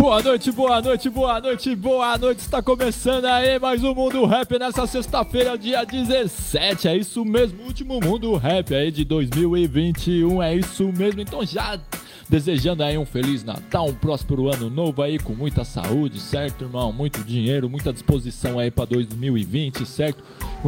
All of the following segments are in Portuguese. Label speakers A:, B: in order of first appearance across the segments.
A: Boa noite, boa noite, boa noite, boa noite. Está começando aí mais um Mundo Rap nessa sexta-feira, dia 17. É isso mesmo, último Mundo Rap aí de 2021. É isso mesmo, então já desejando aí um Feliz Natal, um próspero ano novo aí com muita saúde, certo, irmão? Muito dinheiro, muita disposição aí para 2020, certo?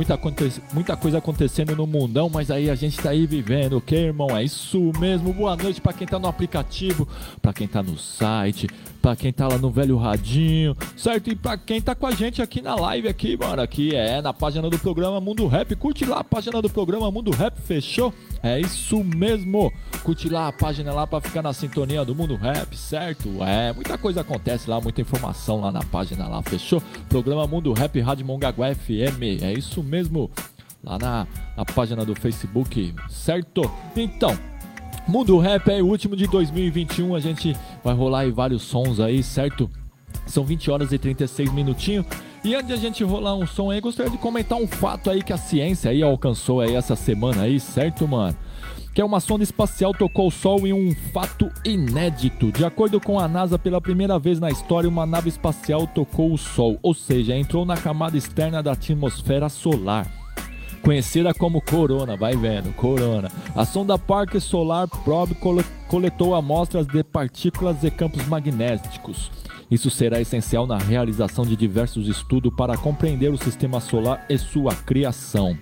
A: Muita coisa acontecendo no mundão, mas aí a gente tá aí vivendo, ok, irmão? É isso mesmo. Boa noite pra quem tá no aplicativo, pra quem tá no site, pra quem tá lá no velho radinho, certo? E pra quem tá com a gente aqui na live aqui, mano, aqui é na página do programa Mundo Rap. Curte lá a página do programa Mundo Rap, fechou? É isso mesmo. Curte lá a página lá pra ficar na sintonia do Mundo Rap, certo? É, muita coisa acontece lá, muita informação lá na página lá, fechou? Programa Mundo Rap, Rádio Mongaguá FM, é isso mesmo, lá na página do Facebook, certo? Então, Mundo Rap é o último de 2021, a gente vai rolar aí vários sons aí, certo? São 20 horas e 36 minutinhos. E antes de a gente rolar um som aí, gostaria de comentar um fato aí que a ciência aí alcançou aí essa semana aí, certo, mano? Que é uma sonda espacial tocou o Sol em um fato inédito. De acordo com a NASA, pela primeira vez na história, uma nave espacial tocou o Sol, ou seja, entrou na camada externa da atmosfera solar, conhecida como Corona, vai vendo, Corona. A sonda Parker Solar Probe coletou amostras de partículas e campos magnéticos. Isso será essencial na realização de diversos estudos para compreender o sistema solar e sua criação.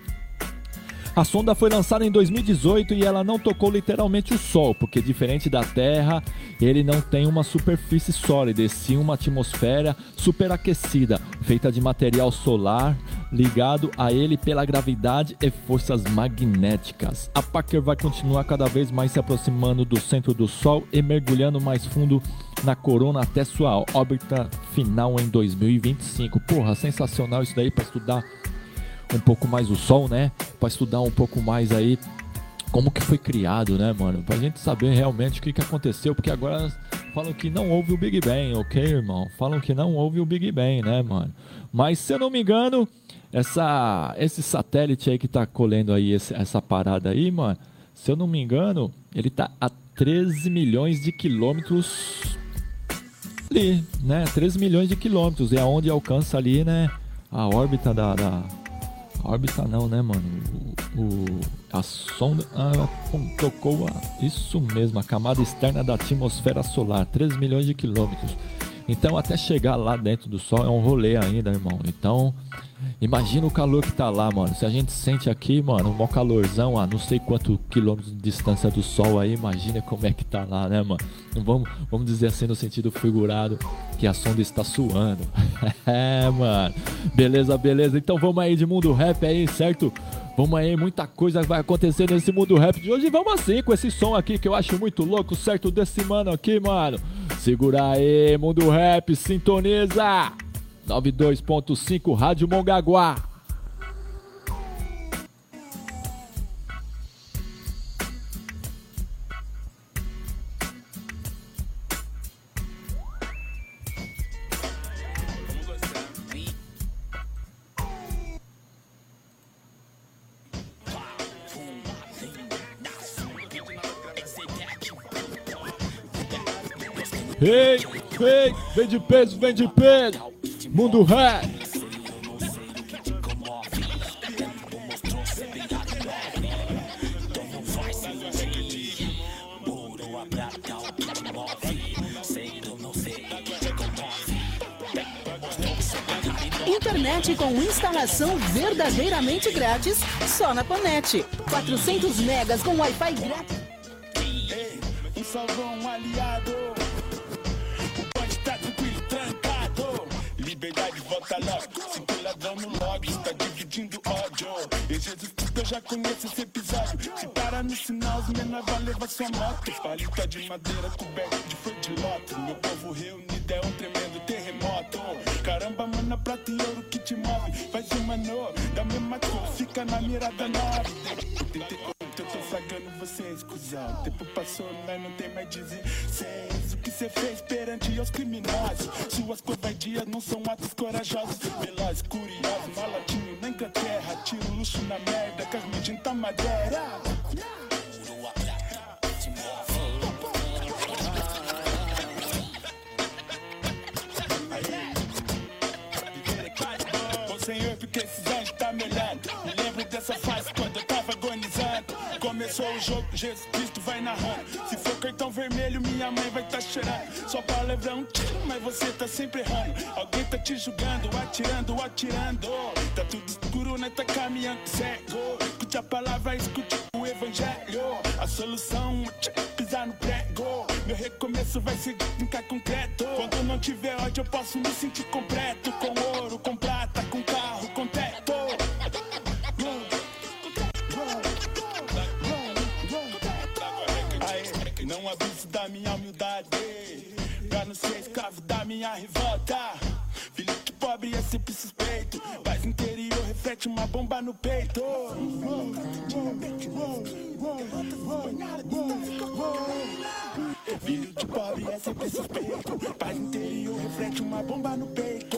A: A sonda foi lançada em 2018 e ela não tocou literalmente o Sol, porque diferente da Terra, ele não tem uma superfície sólida, e sim uma atmosfera superaquecida, feita de material solar, ligado a ele pela gravidade e forças magnéticas. A Parker vai continuar cada vez mais se aproximando do centro do Sol e mergulhando mais fundo na Corona até sua órbita final em 2025. Porra, sensacional isso daí para estudar um pouco mais o Sol, né? Pra estudar um pouco mais aí como que foi criado, né, mano? Pra gente saber realmente o que aconteceu, porque agora falam que não houve o Big Bang, ok, irmão? Falam que não houve o Big Bang, né, mano? Mas se eu não me engano, esse satélite aí que tá colhendo aí essa parada aí, mano, se eu não me engano, ele tá a 13 milhões de quilômetros ali, né? 13 milhões de quilômetros, é onde alcança ali, né, a órbita órbita não, né, mano? A sonda tocou isso mesmo, a camada externa da atmosfera solar, 3 milhões de quilômetros. Então, até chegar lá dentro do Sol é um rolê ainda, irmão. Então, imagina o calor que tá lá, mano. Se a gente sente aqui, mano, um maior calorzão a não sei quantos quilômetros de distância do Sol aí, imagina como é que tá lá, né, mano? Vamos dizer assim no sentido figurado, que a sonda está suando. É, mano. Beleza, beleza. Então vamos aí de Mundo Rap aí, certo? Vamos aí, muita coisa vai acontecer nesse Mundo Rap de hoje. E vamos assim, com esse som aqui que eu acho muito louco, certo? Desse mano aqui, mano. Segura aí, Mundo Rap, sintoniza 92.5 Rádio Mongaguá. Ei, vem de peso, Mundo Rap.
B: Internet com instalação verdadeiramente grátis, só na Panet. 400 megas com Wi-Fi grátis.
C: Um salvão aliado. Liberdade, volta logo. Circuladão no log, está dividindo ódio. E Jesus Cristo, eu já conheço esse episódio. Se parar no sinal, os menores vão levar sua moto. Palita de madeira coberta de flor de loto. Meu povo reunido é um tremendo terremoto. Caramba, mano, prata e ouro que te move. Faz uma no, da mesma cor, fica na mirada 9. Eu tô fragando vocês, cuzão. O tempo passou, nós não tem mais 16. O que cê fez perante aos criminosos? Suas covardias não são atos corajosos. Velozes, curiosos, malatinho na terra. Tiro luxo na merda, com as medidas madeira. nessa fase quando eu tava agonizando. Começou o jogo, Jesus Cristo vai narrando. Se for cartão vermelho, minha mãe vai tá chorando. Só pra levar um tiro, mas você tá sempre errando. Alguém tá te julgando, atirando. Tá tudo escuro, né? Tá caminhando cego. Escute a palavra, escute o evangelho. A solução é pisar no prego. Meu recomeço vai ser de brincar concreto. Quando não tiver ódio, eu posso me sentir completo. Com ouro, com prata, com carro, com teto. Aê, não abuso da minha humildade, pra não ser escravo da minha revolta. Filho de pobre é sempre suspeito. Paz interior reflete uma bomba no peito. Filho de pobre é sempre suspeito. Paz interior reflete uma bomba no peito.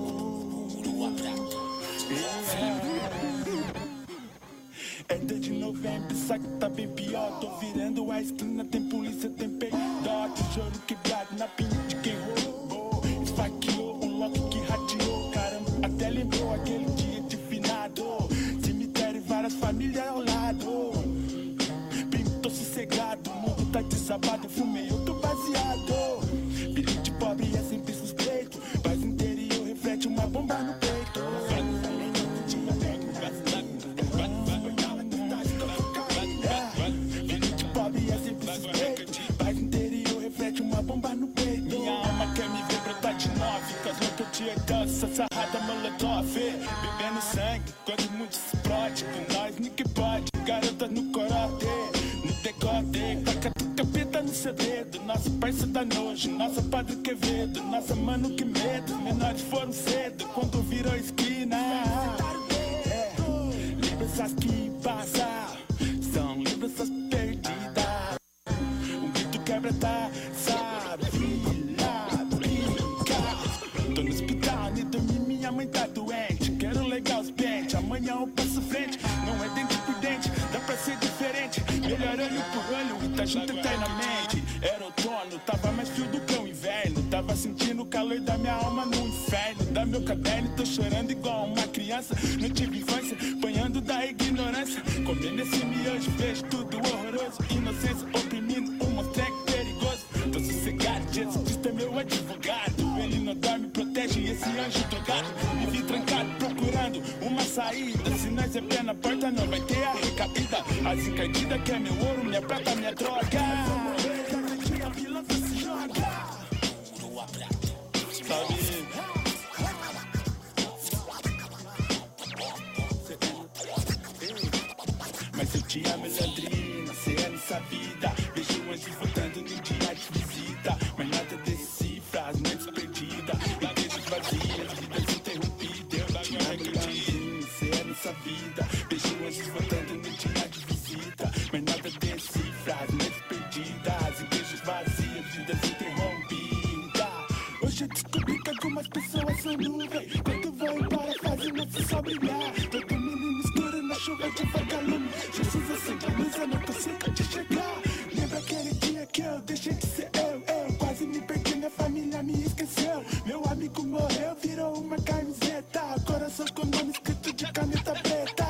C: É 10 de novembro, sabe que tá bem pior. Tô virando a esquina, tem polícia, tem peidó. Tijolo quebrado na pinha de quem roubou. Esfaqueou um loco que rateou. Caramba, até lembrou aquele dia de finado. Cemitério e várias famílias ao lado. Bem, tô sossegado, o mundo tá desabado. Eu fumei, eu tô baseado. Filho de pobre é sempre suspeito. Paz interior reflete uma bomba no peito. Bomba no peito. Minha alma quer me ver brotar de 9. Com as roupas de dança, sarrada molotov. Bebendo sangue, quando o mundo se explode. Com nós, ninguém pode. Garota no corote, no decote. Taca do capeta no seu dedo. Nossa parça dá nojo, nossa Padre Quevedo. Nossa mano, que medo. Menores foram cedo, quando virou esquina. Lembranças que passam são lembranças perdidas. Um grito quebra tá. Minha mãe tá doente, quero legal os pentes. Amanhã eu passo frente, não é dente por dente. Dá pra ser diferente, melhor olho por olho e tá junto eternamente. Era outono, tava mais frio do que o inverno. Tava sentindo o calor da minha alma no inferno. Da meu caderno, tô chorando igual uma criança. Não tive infância, apanhando da ignorância. Comendo esse miojo, vejo tudo horroroso. Inocência oprimindo um moleque perigoso. Tô sossegado, Jesus Cristo é meu advogado. Ele não dorme, protege esse anjo drogado. Me vi trancado procurando uma saída. Se nós é pé na porta não vai ter a recaída. As encardidas que é meu ouro, minha prata, minha droga. A vila se joga. Mas eu te amo, Leandrina, cê é nossa vida. Vejo anjos voltando no dia de visita. Mas nada decifra as noites perdidas. Igrejas vazias, vidas interrompidas. Eu te amo, Leandrina, cê é nossa vida. Vejo anjos voltando no dia de visita. Mas nada decifra as noites perdidas. Igrejas vazias, vidas interrompidas. Hoje eu descobri que algumas pessoas são nuvem. Quando vou embora fazem nosso sol brilhar. Todo menino escuro na chuva de vagalume. Jesus acende a luz, eu não consigo te chegar. Lembra aquele dia que eu deixei de ser eu? Quase me perdi, minha família me esqueceu. Meu amigo morreu, virou uma camiseta. Coração com nome escrito de caneta preta.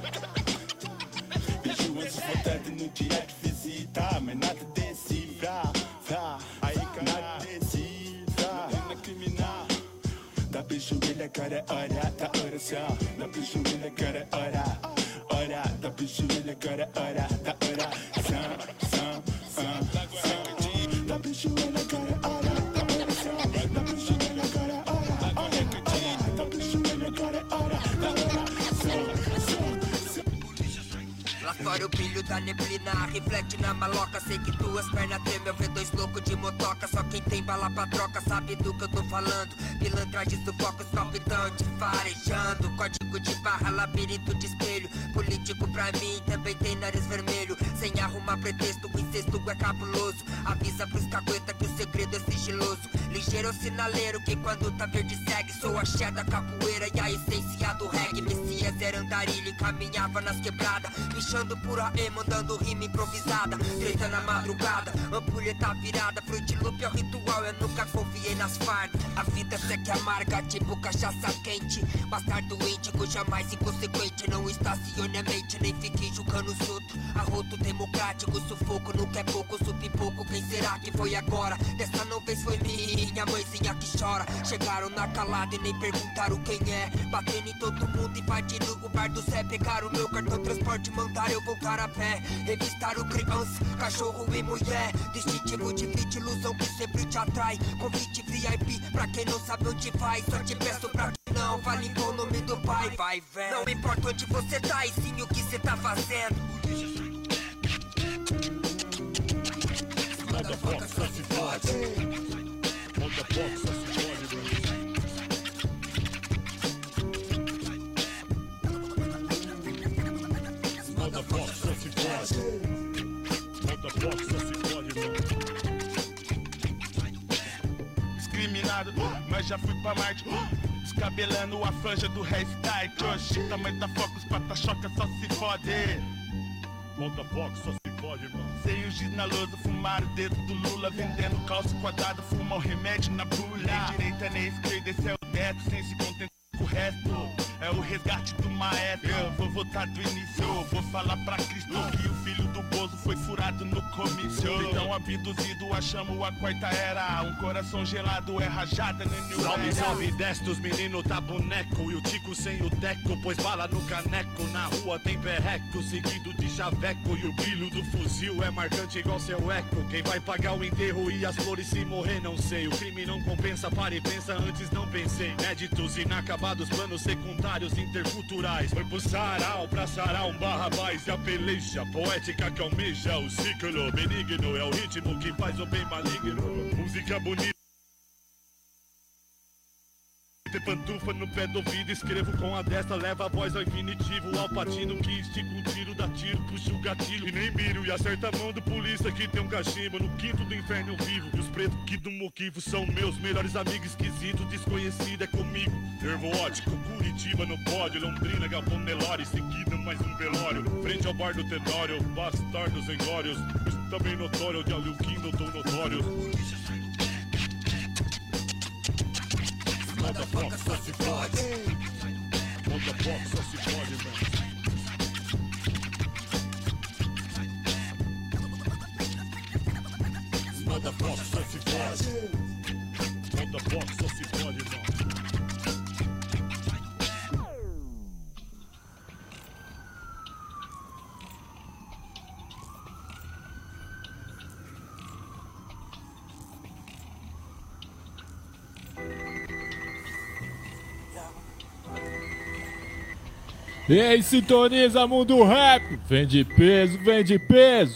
C: Vejo anjos voltando no dia de visita. Mas nada decifra, aí nada decifra. Menina criminal. Da bijuília, cara é hora da oração. Da bijuília, cara é hora. Hora da bijuília, cara é hora da oração. Da bijuília, cara é hora da oração. Da bijuília, cara é hora. Da bijuília, cara é hora da oração.
D: Lá fora o brilho da neblina reflete na maloca. Sei que tuas pernas tremem, eu ver dois loucos de motoca. Só quem tem bala pra troca sabe do que eu tô falando. Pilantragem do foco, os palpitão te farejando. Código de barra, labirinto de espelho. Político pra mim também tem nariz vermelho. Sem arrumar pretexto, o incesto é cabuloso. Avisa pros cagueta que o segredo é sigiloso. Ligeiro sinaleiro que quando tá verde segue. Sou a axé da capoeira e a essência do reggae. Messias era andarilho e caminhava nas quebradas. Bichando por AE, mandando rima improvisada. Treta na madrugada, ampulheta virada. Fruit Loop é o ritual mal, eu nunca confiei nas Farc. A vida seca amarga, tipo cachaça quente. Bastardo índigo, jamais inconsequente. Não estacione a mente, nem fique julgando os outros. Arroto democrático, sufoco, nunca é pouco, supipoco. Quem será que foi agora? Dessa não vez foi minha mãezinha que chora. Chegaram na calada e nem perguntaram quem é. Batendo em todo mundo, invadindo o bar do Zé. Pegaram o meu cartão transporte, mandaram eu voltar a pé. Revistaram criança, cachorro e mulher. Distintivo de fit, ilusão que sempre te atrai. Convite VIP, pra quem não sabe onde vai. Só te peço pra que não fale com o nome do pai. Vai, velho. Não importa onde você tá e sim o que você tá fazendo.
C: Motherfucker só se fode. Motherfucker só se fode, mano. Motherfucker só se fode. Motherfucker só se fode, mano. Discriminado, mas já fui pra Marte. Descabelando a franja do hairstyle. Oxi, tamanho da Focus, pata-choca só se fode. Motherfucker só se fode, irmão. Sem o giz na lousa, fumar o dedo do Lula. Vendendo calço quadrado, fuma o remédio na bula. Nem direita nem esquerda, esse é o teto. Sem se contentar com o resto, é o resgate do maestro. Eu vou votar do início, vou falar pra Cristo que o filho do Bozo foi furado no comício. Então abduzido, achamos a quarta era. Um coração gelado é rajada no New
E: Salve,
C: Era.
E: salve, destos menino tá boneco. E o tico sem o teco, pois bala no caneco. Na rua tem perreco, seguido de chaveco. E o brilho do fuzil é marcante igual seu eco. Quem vai pagar o enterro e as flores se morrer, não sei. O crime não compensa, para e pensa, antes não pensei. Inéditos, inacabados, planos secundários, interculturais. Foi pro sarau, pra sarar um barrabás. E a peleja poética que almeja o ciclo benigno. É o ritmo que faz o bem maligno. Música bonita. Ter pantufa no pé do ouvido, escrevo com a destra, leva a voz ao infinitivo. Ao patino que estica um tiro, dá tiro, puxa o gatilho e nem miro. E acerta a mão do polícia que tem um cachimbo no quinto do inferno eu vivo. E os pretos que do moquivo são meus melhores amigos. Esquisito, desconhecido é comigo. Nervo ótico, Curitiba no pódio. Londrina, Galpão Nelore, seguido mais um velório. Frente ao bar do Tenório, bastardos em glórios. Isso também notório, de Alilquino, tão notórios.
C: Motherfucker só se fode. Motherfucker só se fode, mano. Motherfucker só se fode. Motherfucker só se fode, mano.
A: Ei, sintoniza Mundo Rap. Vem de peso, vem de peso.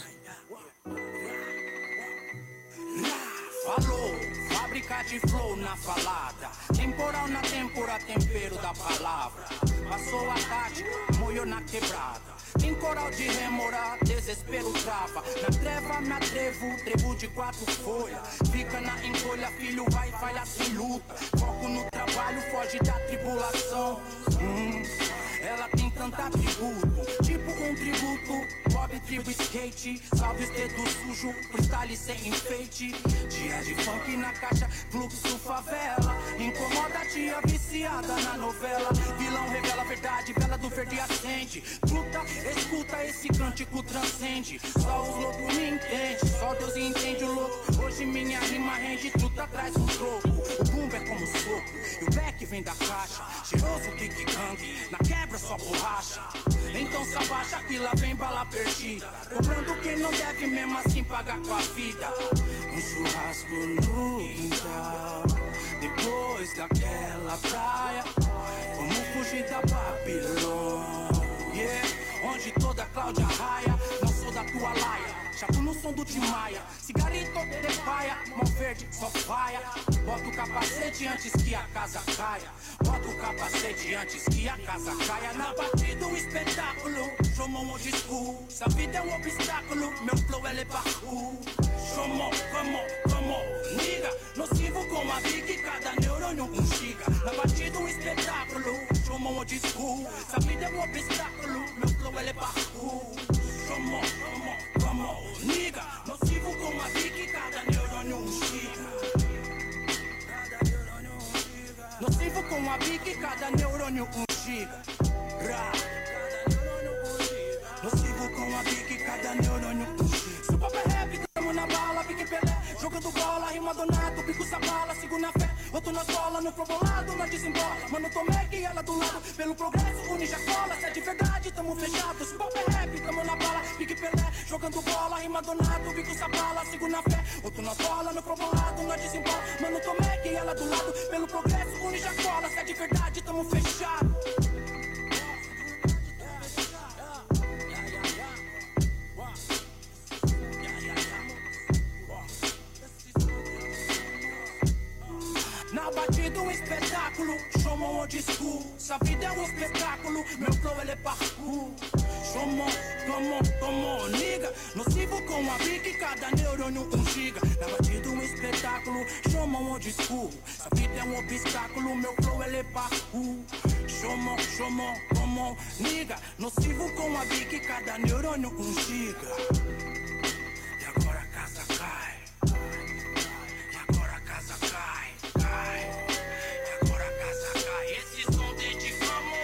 F: Falou, fábrica de flow na falada. Temporal na tempora, tempero da palavra. Passou a tática, molhou na quebrada. Tem coral de remorar, desespero trava. Na treva me atrevo, trevo de 4 folhas. Fica na encolha, filho vai falhar sem luta. Foco no trabalho, foge da tribulação. Ela tem tanto atributo, tipo um tributo. Pobre tribo skate, salve os dedos sujos, freestyle sem enfeite. Dia de funk na caixa, fluxo favela. Incomoda a tia viciada na novela. Vilão revela a verdade, vela do verde acende. Truta, escuta, esse cântico transcende. Só os loucos me entendem, só Deus entende o louco. Hoje minha rima rende, truta traz um troco. O bumbo é como soco, e o back vem da caixa. Cheiroso kick gang, na quebra só borracha. Então se abaixa que lá vem bala perdida. Cobrando quem não deve mesmo assim pagar com a vida. Um churrasco no quintal, depois daquela praia. Vamos fugir da Babilônia, yeah. Onde toda Cláudia raia. Não sou da tua laia, chapo no som do Tim Maia. Cigarrito de paia, mão verde só faia. Bota o capacete antes que a casa caia. Bota o capacete antes que a casa caia. Na batida um espetáculo, chamam o disco. Se a vida é um obstáculo, meu flow é parkour. Chamam, como, liga. Nocivo com a big, cada neurônio um giga. Na batida um espetáculo, chamam o disco. Se a vida é um obstáculo, meu flow é parkour. Chamam, como, liga. Nocivo com a big, cada neurônio um giga. giga. Nocivo com a Big, cada neurônio um giga. Se o papo é rap, tamo na bala, Big Pelé. Jogando bola, rima donato, bico sabala, sigo na fé. Outro na escola, no probolado, na desembola. Mano, tomei que ela do lado, pelo progresso, une já cola. Se é de verdade, tamo fechado. Se o papo é rap, tamo na bala, Big Pelé. Jogando bola, rima donato, bico sabala, sigo na fé. Outro na escola, no probolado, na desembola. Mano, tomei que ela do lado, pelo progresso, une já cola. Se é de verdade, tamo fechado. Na batida um espetáculo, chamam old school. Essa vida é um espetáculo, meu flow ele é parkour. Chamam, tomou, nigga. Nocivo com a Big, cada neurônio um giga. Na batida um espetáculo, chamam old school. Essa vida é um obstáculo, meu flow ele é parkour. Chamam, tomou, nigga. Nocivo com a Big, cada neurônio um giga. E agora a casa cai. E agora a casa cai. E agora a casa cai. Esse som dedicamos.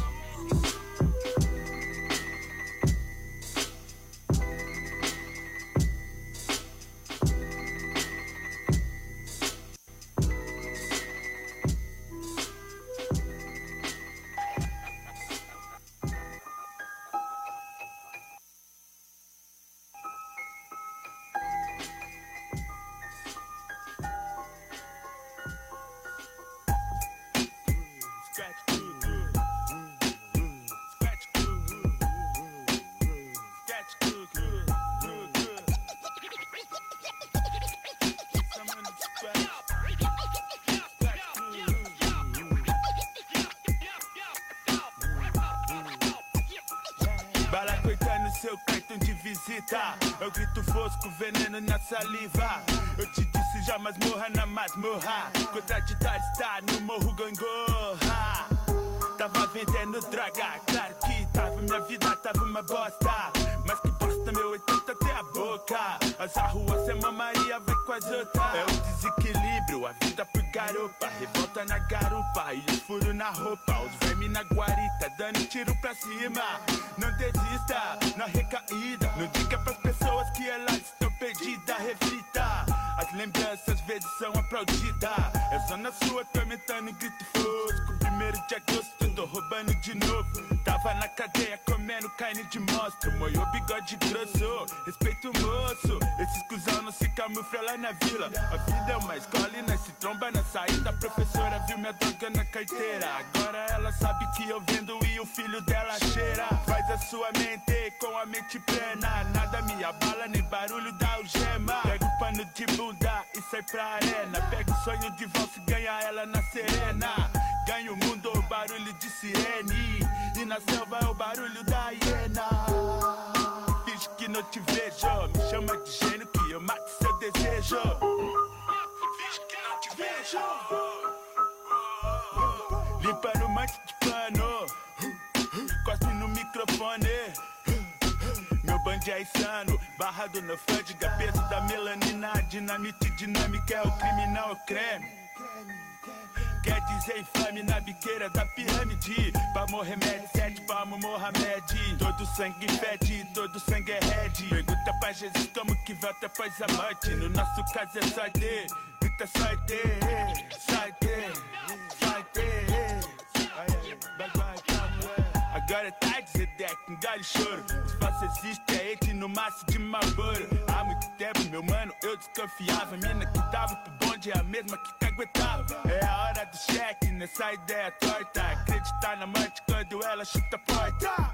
C: Bala coitado no seu cartão de visita. Eu grito fosco, veneno na saliva. Eu te disse já, mas morra na masmorra. Contraditório está no morro Gangorra. Tava vendendo droga, claro que tava. Minha vida tava uma bosta. Mas que bosta, meu 80 até a boca. As ruas sem Maria vai com as outras. É o desequilíbrio, a vida por garupa. Revolta na garupa e os furos na roupa. Os vermes na guarita, dando tiro pra cima. Não desista, na recaída. Não diga pras pessoas que elas estão perdidas. Reflita, as lembranças às vezes são aplaudidas. É zona sua atormentando grito fosco. 1º de agosto, tô roubando de novo. Tava na cadeia comendo carne de monstro. Moiou bigode grosso, respeito o moço. Esses cuzão não se camuflam lá na vila. A vida é uma escola e nós se tromba na saída. A professora viu minha droga na carteira. Agora ela sabe que eu vendo e o filho dela cheira. Faz a sua mente com a mente plena. Nada me abala, nem barulho da algema. Pega o pano de bunda e sai pra arena. Pega o sonho de valsa e ganha ela na serena. Ganha o mundo, o barulho de sirene. E na selva é o barulho da hiena. Finge que não te vejo. Me chama de gênio que eu mato seu desejo. Finge que não te vejo. Limpa no manto de pano. Cospe no microfone. Meu band é insano, barrado no fâdiga. Peso da melanina, dinamite dinâmica. É o crime, não é o creme. Quer dizer infame na biqueira da pirâmide. Pra Mohamed, 7 palmo Mohamed. Todo sangue fede, todo sangue é red. Pergunta pra Jesus como que volta após a morte. No nosso caso é sorte, grita sorte, sorte, sorte. Agora é tarde, Zedek, engole choro. Os falsos existem, é ele no maço de Marlboro. Há muito tempo, meu mano, eu desconfiava. A mina que dava pro bonde é a mesma que caguetava. É a hora do cheque, nessa ideia torta. Acreditar na morte quando ela chuta a porta.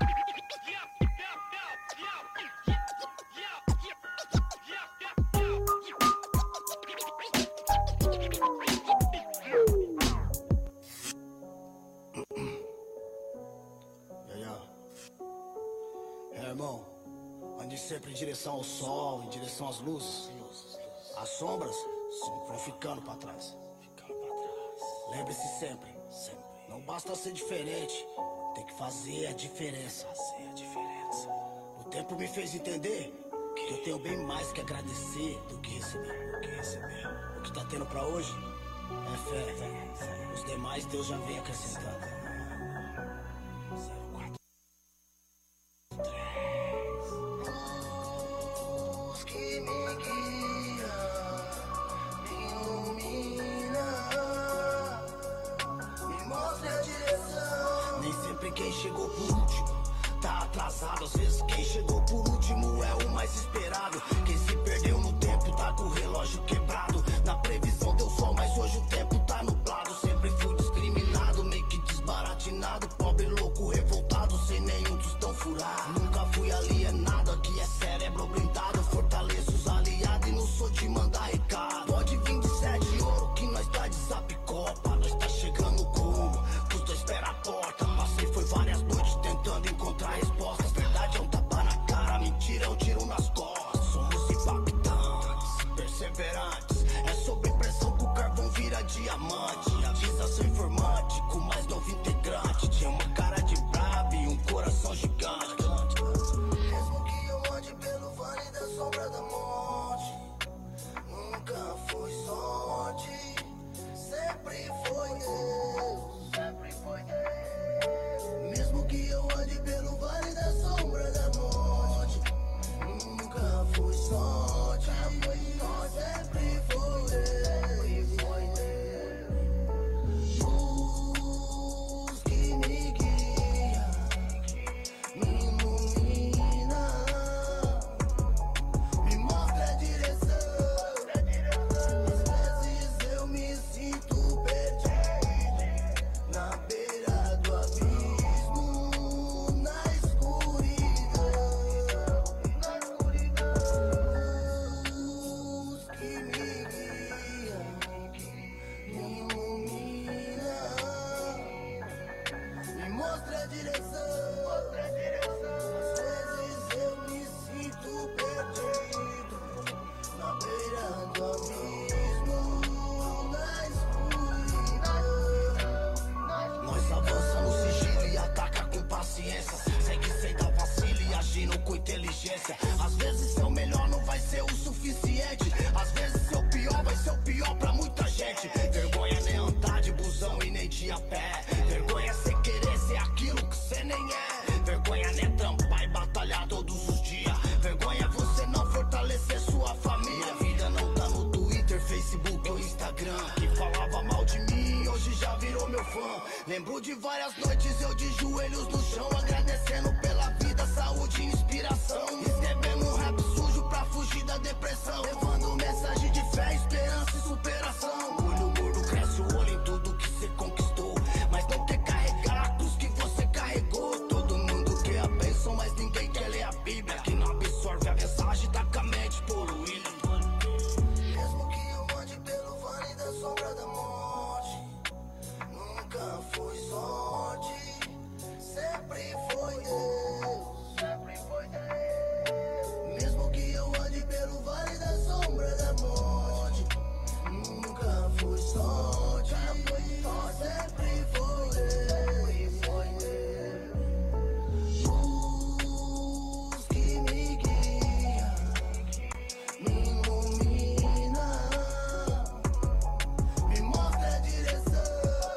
G: Irmão, ande sempre em direção ao sol, em direção às luzes. As sombras vão ficando pra trás. Lembre-se sempre, não basta ser diferente, tem que fazer a diferença. O tempo me fez entender que eu tenho bem mais que agradecer do que receber. O que tá tendo pra hoje é fé. Os demais Deus já vem acrescentando. sempre quem chegou por último tá atrasado. Às vezes quem chegou por último é o mais esperado. Quem se perdeu no tempo tá com o relógio quebrado. Na previsão deu sol, mas hoje o tempo tá nublado. Sempre fui discriminado, meio que desbaratinado. Pobre, louco, revoltado, sem nenhum tostão furado. Nunca fui alienado, aqui é cérebro blindado. Fortaleço os aliados e não sou de mandar recado. Pode vir de sete ouro que nós tá de sapicopa. Nós tá chegando como, os dois pés na porta. Passei foi várias noites tentando encontrar respostas. Verdade é um tapa na cara, mentira é um tiro nas costas. Somos impactantes, perseverantes. É sob pressão que o carvão vira diamante. Avisa seu informante, com mais novo integrante. Tinha uma cara de brabo e um coração gigante. Mesmo que eu ande pelo vale da sombra da morte, nunca foi sorte, sempre foi Deus, sempre foi Deus. Mesmo que eu ande pelo vale da sombra da morte, nunca foi sorte, sempre foi Deus, luz que me guia, me ilumina, me mostra a direção. Às vezes eu me sinto perdido na beira do abismo, na escuridão, luz que me guia, me ilumina, me mostra a direção. Às vezes eu me sinto perdido na beira do abismo, na escuridão. Nós avançamos no sigilo e ataca com paciência. Segue sem dar vacilo e agindo com inteligência. Às vezes seu melhor não vai ser o suficiente. Às vezes seu pior vai ser o pior pra muita gente. Vergonha nem andar de busão e nem de a pé. Vergonha é cê querer ser aquilo que cê nem é. Vergonha nem trampar e batalhar todos os dias. Vergonha é você não fortalecer sua família. A vida não tá no Twitter, Facebook ou Instagram. Quem falava mal de mim hoje já virou meu fã. Lembro de várias noites eu de joelhos no chão, agradecendo pela vida, saúde e inspiração. Escrevendo um rap sujo pra fugir da depressão, levando mensagem de fé, esperança e superação. Olho gordo cresce o olho em tudo que cê conquistou, mas não quer carregar a cruz que você carregou. Todo mundo quer a bênção, mas ninguém quer ler a Bíblia, que não absorve a mensagem, tá com a mente poluída. Mesmo que eu ande pelo vale da sombra da morte, nunca foi sorte, sempre foi Deus, sempre foi Deus. Mesmo que eu ande pelo vale da sombra da morte, nunca foi sorte, sempre foi Deus. Luz que me guia, me ilumina, me mostra a direção.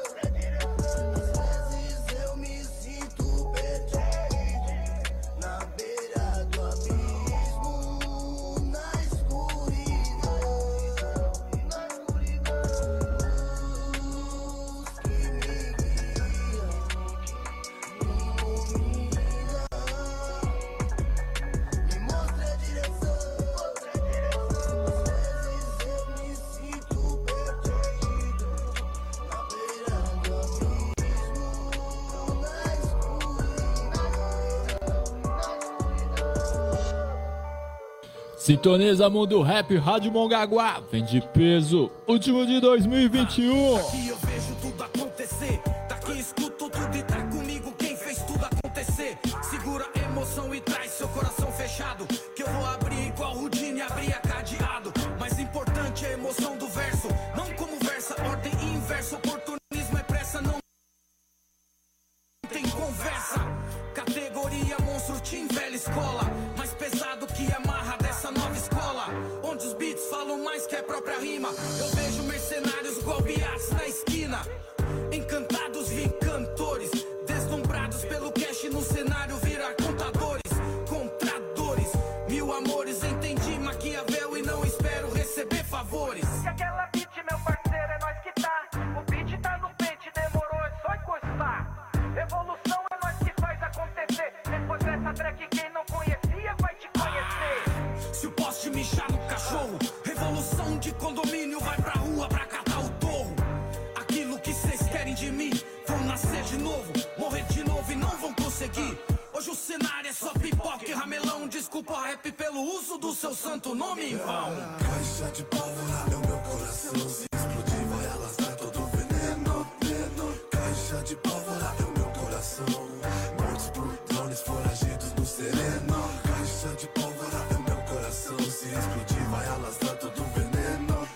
G: Às vezes eu me sinto perdido na beira do abismo, na escuridão, luz que me guia, me ilumina, me mostra a direção. Às vezes eu me sinto perdido na beira do abismo, na escuridão.
A: Sintoniza Mundo Rap, Rádio Mongaguá, vem de peso, último de 2021.
F: Aqui eu vejo tudo acontecer, daqui escuto tudo e tá comigo quem fez tudo acontecer. Segura a emoção e traz seu coração fechado, que eu vou abrir igual Houdini abria cadeado. Mais importante é a emoção do verso, não como versa, ordem inversa. Oportunismo é pressa, não tem conversa. Categoria monstro, team, velha escola, mais pesado que a marra dessa nova escola, onde os beats falam mais que a própria rima. Eu vejo mercenários golpeados na esquina, encantados vêm cantores, deslumbrados pelo cash no cenário virar contadores, compradores, mil amores. Entendi Maquiavel e não espero receber favores.
H: E aquela beat, meu parceiro, é nós que tá. O beat tá no pente, demorou, é só encostar. Evolução é track, quem não conhecia vai te conhecer.
F: Se o poste mijar no cachorro, revolução de condomínio, vai pra rua pra catar o torro. Aquilo que cês querem de mim, vão nascer de novo, morrer de novo e não vão conseguir. Hoje o cenário é só pipoca e ramelão. Desculpa rap pelo uso do seu santo nome em vão.
C: Caixa de pólvora é o meu coração. Se explodir vai alastrar todo o veneno. Caixa de pólvora é o meu coração. Mortos por drones foragidos no sereno. Caixa de pólvora é o meu coração. Se explodir vai alastrar todo o veneno.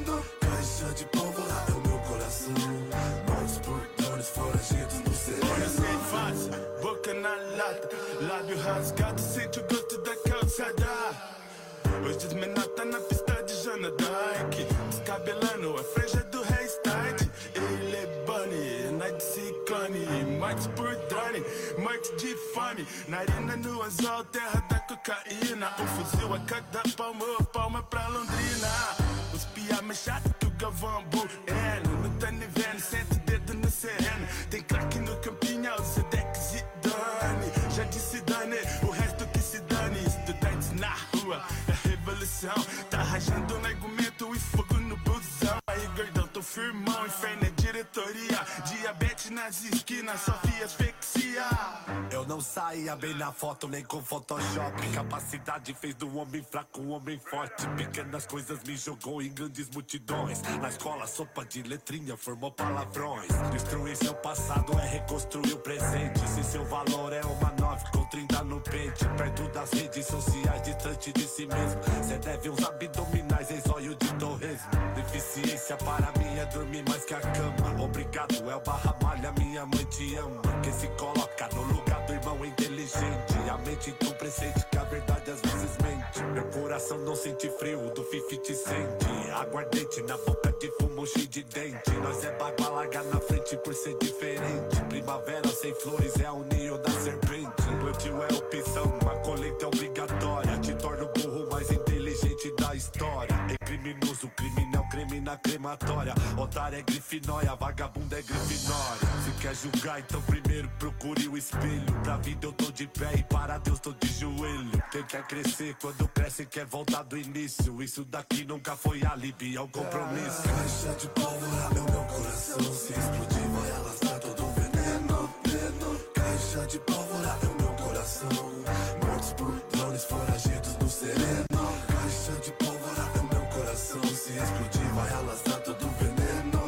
C: Caixa de pólvora é o meu coração. Mortos por drones foragidos no sereno. Olha sem face, boca na lata, lábio rasgado, sente o gosto da calçada. Hoje as meninas tá na pista de Jana Dark, descabelando a franja do restart. Ele é bunny, night ciclone, morte por drone, morte de fome. Narina no anzol, terra da cocaína. Um fuzil a cada palma pra Londrina. Os piamas chato que o Galvão Bueno. No tá vendo, sente o dedo no sereno. Tem craque no campinho, o Sedex e Dani. Já disse Dani, o resto que se dane. Estudantes na rua, é revolução. Tá rajando no argumento e fogo no busão. Aí gordão, tô firmão, inferno é diretoria. Diabetes nas esquinas, só via asfixia.
I: Eu não saía bem na foto, nem com Photoshop. Capacidade fez do homem fraco um homem forte. Pequenas coisas me jogou em grandes multidões. Na escola, sopa de letrinha formou palavrões. Destruir seu passado é reconstruir o presente. Se seu valor é uma 9 com 30 no pente, perto das redes sociais, distante de si mesmo. Cê deve uns abdominais em zóio de torresmo. Deficiência para mim é dormir mais que a cama. Obrigado, é o barra malha, minha mãe te ama. Que se coloca no lugar do irmão inteligente. A mente tão presente que a verdade às vezes mente. Meu coração não sente frio, do 50 sente. Aguardente na boca de fumo cheio de dente. Nós é bagua larga na frente por ser diferente. Primavera sem flores é o ninho da serpente. Plantio é opção, a colheita é obrigatória. Te torna o burro mais inteligente da história. É criminoso, criminal, creme na crematória. Otário é grifinóia, vagabundo é grifinória. Se quer julgar, então primeiro procure o espelho. Pra vida eu tô de pé e para Deus tô de joelho. Quem quer crescer, quando cresce quer voltar do início. Isso daqui nunca foi alibi, é um compromisso.
C: Caixa de pólvora é o meu coração. Se explodir vai alastrar todo o veneno. Caixa de pólvora é o meu coração. Mortos por drones foragidos no sereno. Caixa de pólvora é o meu coração. Se explodir vai alastrar todo o veneno.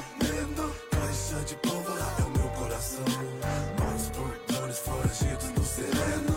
C: Caixa de pólvora é o meu coração. Mortos por drones foragidos no sereno.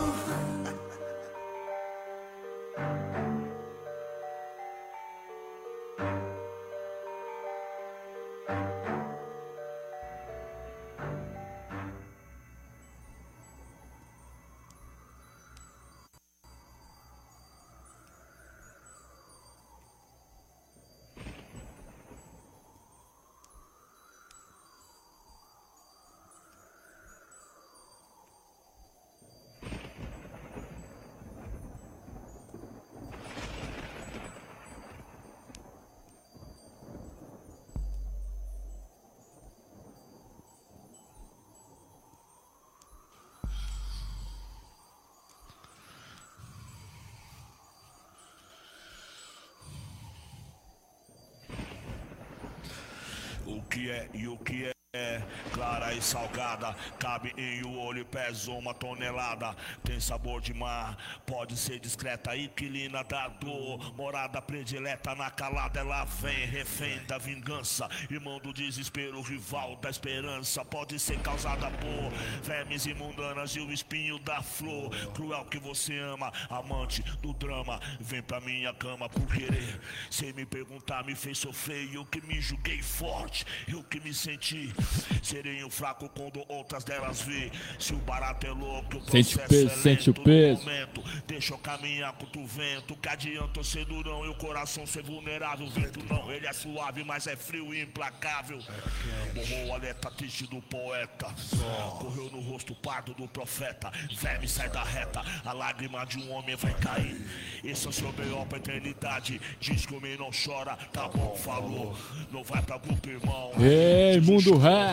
E: O que é e o que é clara e salgada, cabe em um olho e pesa 1 tonelada. Tem sabor de mar, pode ser discreta, inquilina da dor. Morada predileta na calada, ela vem, refém da vingança. Irmão do desespero, rival da esperança. Pode ser causada por vermes imundanas e o espinho da flor. Cruel que você ama, amante do drama. Vem pra minha cama por querer, sem me perguntar me fez sofrer. E eu que me julguei forte, eu que me senti serei um fraco quando outras delas vi. Se o barato é louco, o
A: Sente o
E: processo
A: peso,
E: é
A: sente o
E: lento.
A: peso.
E: No momento, deixa eu caminhar contra o vento. Que adianta eu ser durão e o coração ser vulnerável. O vento não, ele é suave, mas é frio e implacável. Morrou a letra triste do poeta, correu no rosto pardo do profeta. Verme sai da reta, a lágrima de um homem vai cair. Esse é o seu B.O. pra eternidade. Diz que o homem não chora, tá bom, falou. Não vai pra grupo, irmão.
A: Ei, mundo rap.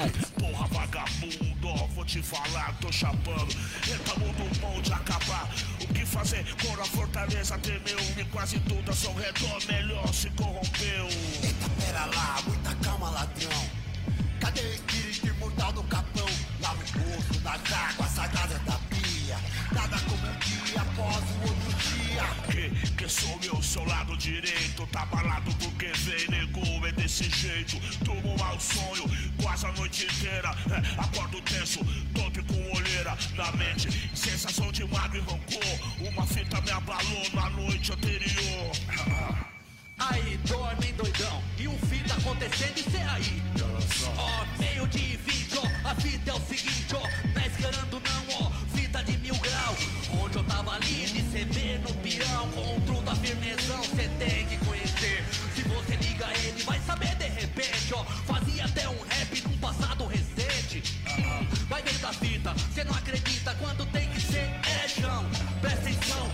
C: porra, vagabundo, ó, vou te falar, tô chapando. Retamo do bom de acabar. O que fazer quando a fortaleza temeu? E quase tudo ao seu redor melhor se corrompeu.
G: Eita, pera lá, muita calma, ladrão. Cadê o espírito imortal do capão? Lá no poço das águas sagradas da pia. Nada como um dia após o outro dia.
C: Que sou meu, seu lado direito. Tá balado porque vem, nego, é desse jeito. Durmo mal sonho, quase a noite inteira. Acordo tenso, tope com olheira na mente. Sensação de mágoa e rancor. Uma fita me abalou na noite anterior.
F: Aí dorme doidão, e o fim tá acontecendo e cê aí. Ó, meio de 20, ó, a fita é o seguinte, ó. Não é escarando não, ó, fita de 1000 graus. Onde eu tava ali de CB no pirão, com o truto da firmezão, cê tem que conhecer. Se você liga ele, vai saber de repente, ó. Fazia até um rap num passado recente. Vai ver da fita, cê não acredita quando tem que ser, é João. Presta atenção.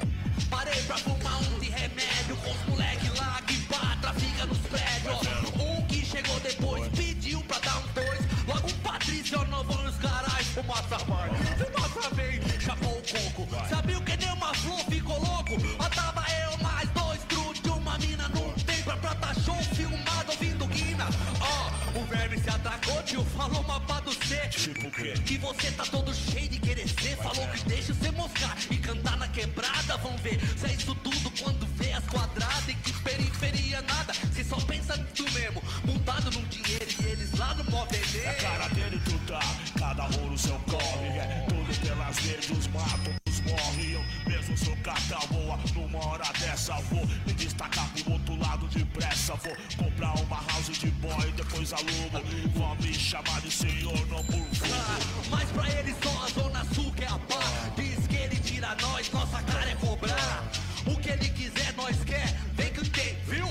F: Parei pra fumar um de remédio com os moleque lá que pá, trafica nos prédios. Um que chegou depois pediu pra dar uns dois. Logo um Patrício novo nos carais. Fumaça vai, fumaça vem, chapou o coco. Sabe o que nem uma flor, ficou louco? Ó, tava eu mais dois truques, uma mina num tempo pra tá show filmado ouvindo guina. Ó, o verme se atracou, tio, falou uma pá do cê.
C: Tipo o quê?
F: Que você tá todo cheio de querer ser. Falou que deixa você moscar e cantar na quebrada. Vão ver se é isso tudo quando vê as quadradas. E que periferia nada, cê só pensa nisso mesmo. Montado num dinheiro e eles lá no mó vender.
C: A cara dele tu tá, cada rolo seu corre. É tudo pelas verdes, os matos, os morre. Eu mesmo sou carta boa, numa hora dessa vou me destacar pro outro lado depressa. Vou comprar uma house de boy, depois alugo. Vão me chamar de senhor, não por fogo.
F: Mas pra ele só a zona sul que é a pá. Diz que ele tira nós, nossa cara é cobrar. O que ele quiser, nós quer, vem que tem, viu?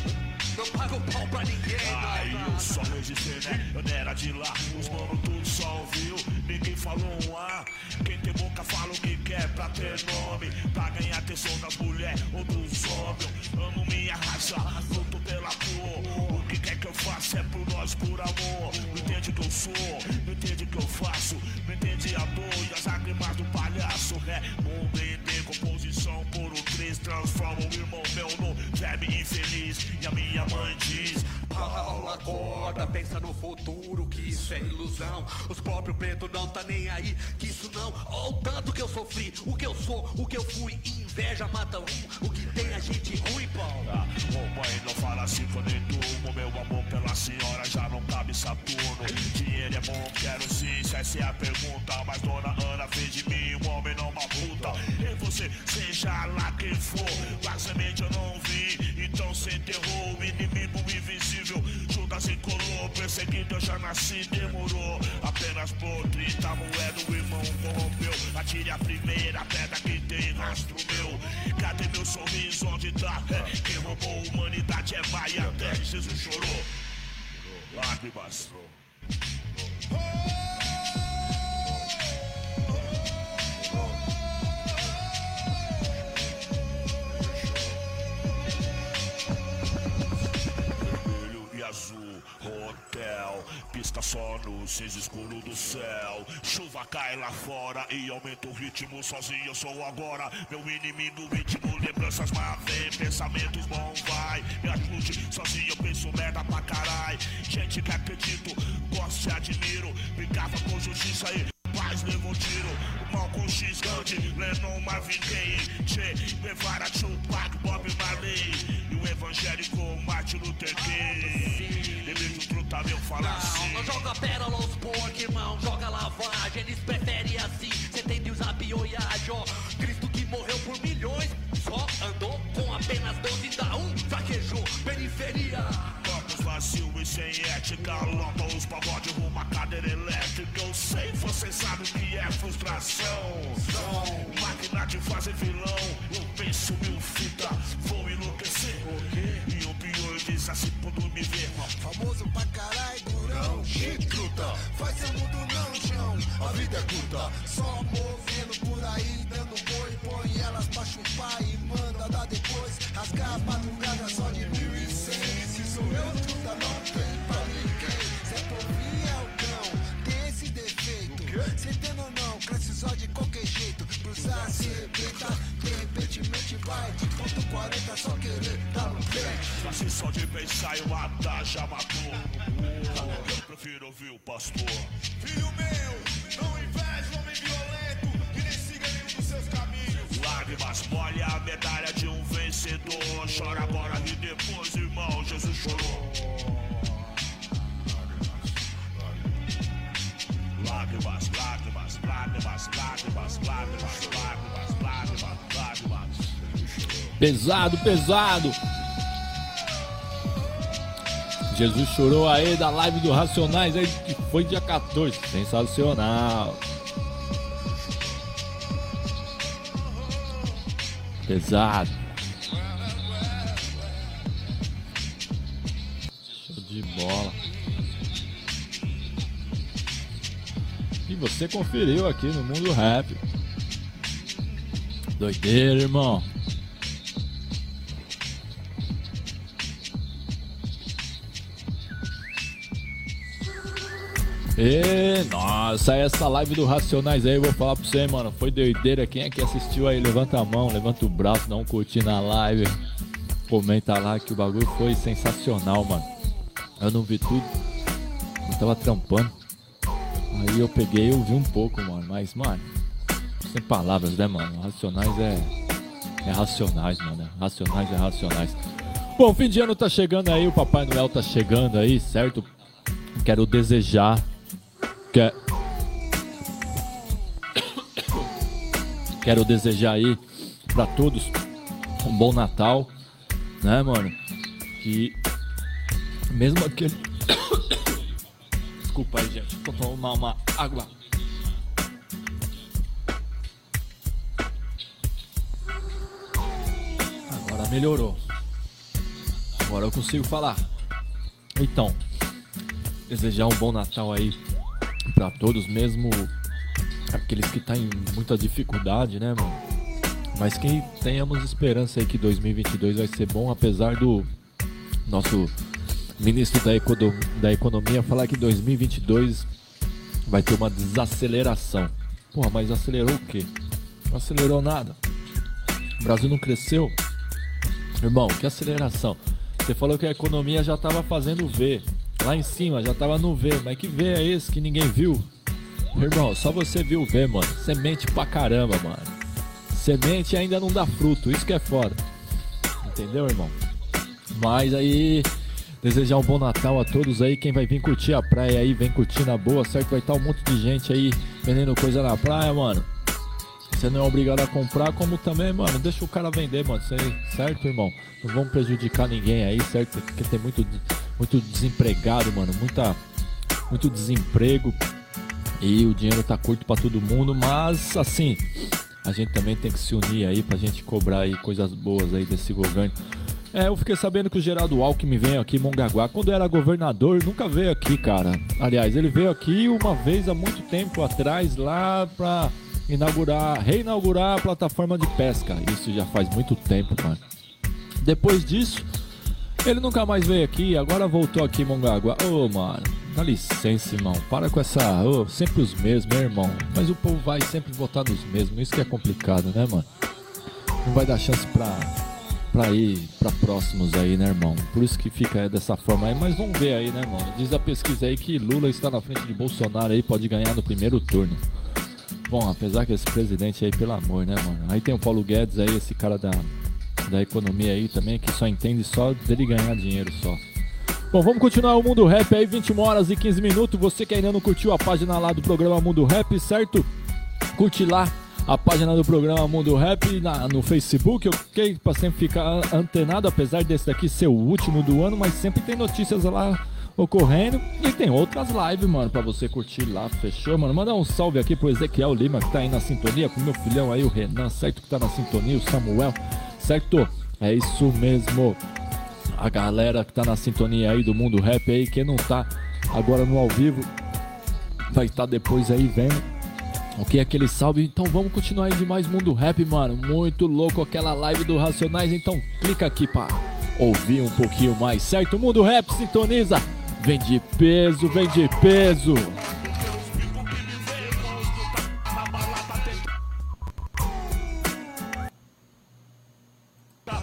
F: Não pago pau pra ninguém.
C: Ai, eu só registrei, né? Eu não era de lá, os mano tudo só ouviu. Ninguém falou um A. Quem tem boca fala o que quer pra ter nome, pra ganhar atenção das mulheres ou dos homens. Amo minha raça, luto pela cor. O que quer que eu faça é por nós, por amor. Não entende o que eu sou, não entende o que eu faço. Não entende a dor e as lágrimas do palhaço. É mundo em decomposição por um 3. Transforma o irmão meu no verme infeliz. E a minha mãe diz:
F: Paula acorda, pensa no futuro, que isso é ilusão. Os próprios pretos não tá nem aí, que isso não. Ó, o tanto que eu sofri, o que eu sou, o que eu fui. Inveja mata um, o que tem a gente ruim, Paula.
C: Ô mãe, não fala assim que eu nem durmo. Meu amor pela senhora já não cabe Saturno. Dinheiro é bom, quero sim, se essa é a pergunta. Mas dona Ana fez de mim um homem, não uma puta. E você, seja lá quem for, basicamente eu não vi. Então se enterrou o inimigo invisível. Judas e colou, perseguindo eu já nasci, demorou. Apenas por 30 moedas o irmão corrompeu. Atire a primeira pedra que tem rastro meu. Cadê meu sorriso, onde tá? Quem roubou a humanidade é Maia, até Jesus chorou. Lágrimas. Azul, hotel, pisca só no cinza escuro do céu. Chuva cai lá fora e aumenta o ritmo. Sozinho eu sou agora, meu inimigo íntimo. Lembranças má vem, pensamentos bom vai. Me ajude, sozinho eu penso merda pra carai. Gente que acredito, gosto e admiro. Brigava com justiça e paz levou tiro. O mal com X grande, Lennon, Marvin Gaye, Che Guevara, Tupac, Bob Marley. E o evangélico Martin Luther King. Lembrei de um truta meu falar assim.
F: Não joga pérola aos porcos, irmão, joga lavagem. Eles preferem assim, cê tem Deus a pioiagem, ó. Cristo que morreu por milhões, só andou com apenas 12 da um. Fraquejou, periferia.
C: Corpos vazios e sem ética, lota os pagodes rumo à cadeira elétrica. Eu sei, você sabe o que é frustração. Máquina de fazer vilão, eu penso mil fita, vou enlouquecer. E o pior diz assim quando me vê.
G: Famoso pra caralho, durão. Shit, truta, faz seu mundo não, chão. A vida é curta, só movendo por aí, dando boi. Põe elas pra chupar e manda dar depois. Rasgar as madrugadas só de 1100. Se sou eu, truta, não tem pra ninguém. Cê é povinho, é o cão. se arrebenta. De repente mente vai de ponto 40, só querer dar no pé.
E: Assim só de pensar em matar já matou. Eu prefiro ouvir o pastor.
C: Filho meu, não inveja homem violento e nem siga nenhum dos seus caminhos.
E: Lágrimas molha a medalha de um vencedor. Chora agora e depois, irmão, Jesus chorou. Lágrimas, lágrimas, lágrimas, lágrimas, lágrimas, lágrimas, lágrimas, lágrimas.
A: Pesado, pesado. Jesus chorou aí da live do Racionais aí, que foi dia 14. Sensacional. Pesado. Show de bola. E você conferiu aqui no Mundo Rap. Doideira, irmão. E nossa, essa live do Racionais aí, eu vou falar pra você, mano, foi doideira. Quem é que assistiu aí, levanta a mão, levanta o braço, dá um curtir na live, comenta lá que o bagulho foi sensacional, mano. Eu não vi tudo, eu tava trampando. Aí eu peguei e ouvi um pouco, mano. Mas, mano, sem palavras, né, mano? Racionais é Racionais, mano. Racionais é Racionais. Bom, fim de ano tá chegando aí, o Papai Noel tá chegando aí, certo? Quero desejar Quero desejar aí pra todos um bom Natal, né, mano? Que mesmo aquele... Desculpa aí, gente. Vou tomar uma água. Agora melhorou. Agora eu consigo falar. Então, desejar um bom Natal aí pra todos, mesmo aqueles que tá em muita dificuldade, né, mano? Mas que tenhamos esperança aí que 2022 vai ser bom, apesar do nosso ministro da Economia falar que 2022 vai ter uma desaceleração. Porra, mas acelerou o quê? Não acelerou nada. O Brasil não cresceu. Irmão, que aceleração? Você falou que a economia já tava fazendo V. Lá em cima, já tava no V. Mas que V é esse que ninguém viu? Irmão, só você viu o V, mano. Semente pra caramba, mano. Semente ainda não dá fruto. Isso que é foda. Entendeu, irmão? Mas aí... Desejar um bom Natal a todos aí. Quem vai vir curtir a praia aí, vem curtir na boa, certo? Vai estar um monte de gente aí vendendo coisa na praia, mano. Você não é obrigado a comprar, como também, mano, deixa o cara vender, mano. Certo, irmão? Não vamos prejudicar ninguém aí, certo? Porque tem muito desempregado, mano. Muito desemprego. E o dinheiro tá curto pra todo mundo. Mas, assim, a gente também tem que se unir aí pra gente cobrar aí coisas boas aí desse governo. Eu fiquei sabendo que o Geraldo Alckmin veio aqui em Mongaguá. Quando era governador, nunca veio aqui, cara. Aliás, ele veio aqui uma vez há muito tempo atrás, lá pra reinaugurar a plataforma de pesca. Isso já faz muito tempo, mano. Depois disso, ele nunca mais veio aqui. Agora voltou aqui em Mongaguá. Ô, mano, dá licença, irmão. Para com essa... sempre os mesmos, meu irmão. Mas o povo vai sempre votar nos mesmos. Isso que é complicado, né, mano? Não vai dar chance pra ir pra próximos aí, né, irmão? Por isso que fica dessa forma aí. Mas vamos ver aí, né, mano? Diz a pesquisa aí que Lula está na frente de Bolsonaro aí, pode ganhar no primeiro turno. Bom, apesar que esse presidente aí, pelo amor, né, mano? Aí tem o Paulo Guedes aí, esse cara da economia aí também, que só entende só dele ganhar dinheiro só. Bom, vamos continuar o Mundo Rap aí, 21 horas e 15 minutos. Você que ainda não curtiu a página lá do programa Mundo Rap, certo? Curte lá a página do programa Mundo Rap no Facebook, ok? Pra sempre ficar antenado, apesar desse daqui ser o último do ano, mas sempre tem notícias lá ocorrendo. E tem outras lives, mano, pra você curtir lá, fechou, mano? Manda um salve aqui pro Ezequiel Lima, que tá aí na sintonia, com meu filhão aí, o Renan, certo? Que tá na sintonia, o Samuel, certo? É isso mesmo. A galera que tá na sintonia aí do Mundo Rap aí, quem não tá agora no ao vivo, vai estar depois aí vendo. Ok, aquele salve. Então vamos continuar aí de mais Mundo Rap, mano. Muito louco aquela live do Racionais. Então clica aqui pra ouvir um pouquinho mais, certo? Mundo Rap, sintoniza. Vem de peso, vem de peso.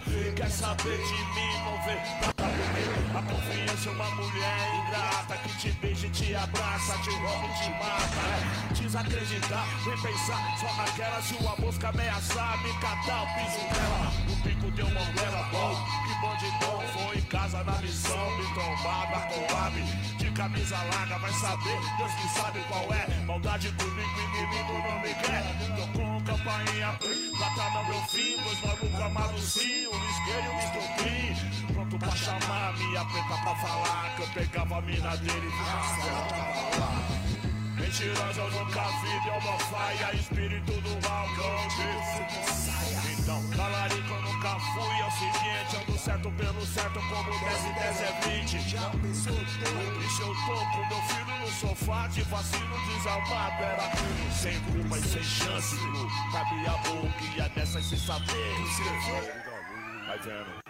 E: Quer saber de mim, não vê nada comigo. A confiança é uma mulher ingrata que te beija e te abraça, te rouba e te mata. Desacreditar, vem pensar só naquela. Se uma mosca ameaçar, me catar o piso dela. O pico deu uma bela bom, que bandidão. Foi em casa na missão, me trombada com ave. De camisa larga, vai saber, Deus que sabe qual é. Maldade comigo, inimigo não me quer. Tô com campainha, prata no meu fim. Dois malucos amados sim, o isqueiro e o estopim. Pronto pra chamar minha preta pra falar que eu pegava a mina dele e ficava lá. Mentirosa eu nunca vi, deu uma faia, espírito do mal que eu então, talarico eu nunca fui, é o seguinte, ando certo pelo certo, como 10 e 10 é 20. Já pensou tudo? E se eu tô com meu filho no sofá, de vacilo desalmado, era sem culpa e sem chance, cabe a boca e é dessas sem saber. Vai vendo.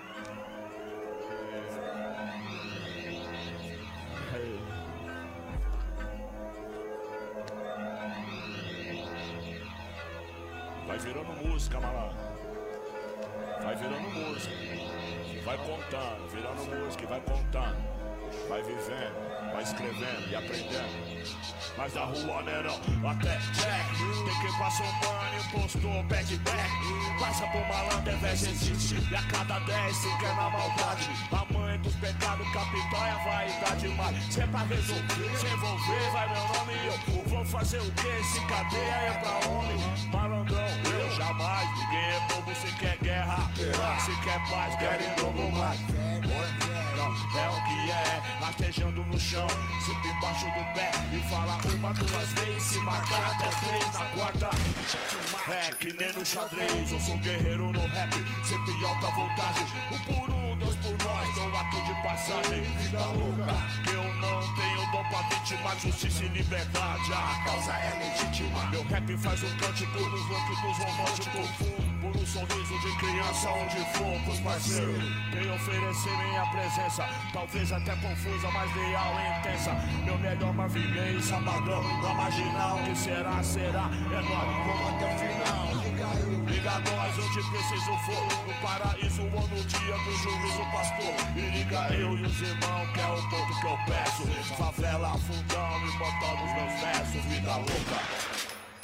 E: Vai virando música, malandro. Vai virando música. Vai contando, virando música e vai contando. Vai vivendo, vai escrevendo e aprendendo. Mas da rua, né, não, até Jack. Tem que passar um pano e postou back. Passa por malandro, inveja existe. E a cada 10 se quer na maldade. A mãe dos pecados capital é a vaidade. Mas se é pra resolver, se envolver, vai meu nome e eu vou fazer o quê? Se cadeia é pra homem. Malandrão, eu jamais. Ninguém é bobo, se quer guerra. Se quer paz, quer em dobro mais. É o que é, latejando no chão, sempre embaixo do pé e fala uma, duas vezes, se marcar até 3 na quarta. É que nem no xadrez, eu sou guerreiro no rap, sempre alta vontade. Um por um, dois por nós, dou ato de passagem. Vida louca, que eu não tenho dom pra vítima, justiça e liberdade. A causa é legítima. Meu rap faz um cântico nos loucos dos românticos. Por um sorriso de criança onde for pros parceiros. Quem oferecer minha presença, talvez até confusa, mas leal e intensa. Meu melhor Marvin Gaye, sabadão, na marginal. Que será, será, é nóis, vamos até o final. Liga nós, onde preciso for. No paraíso ou no dia do juízo, pastor. E liga eu e os irmãos, que é o ponto que eu peço. Favela, fundão, e botando os meus versos. Vida louca.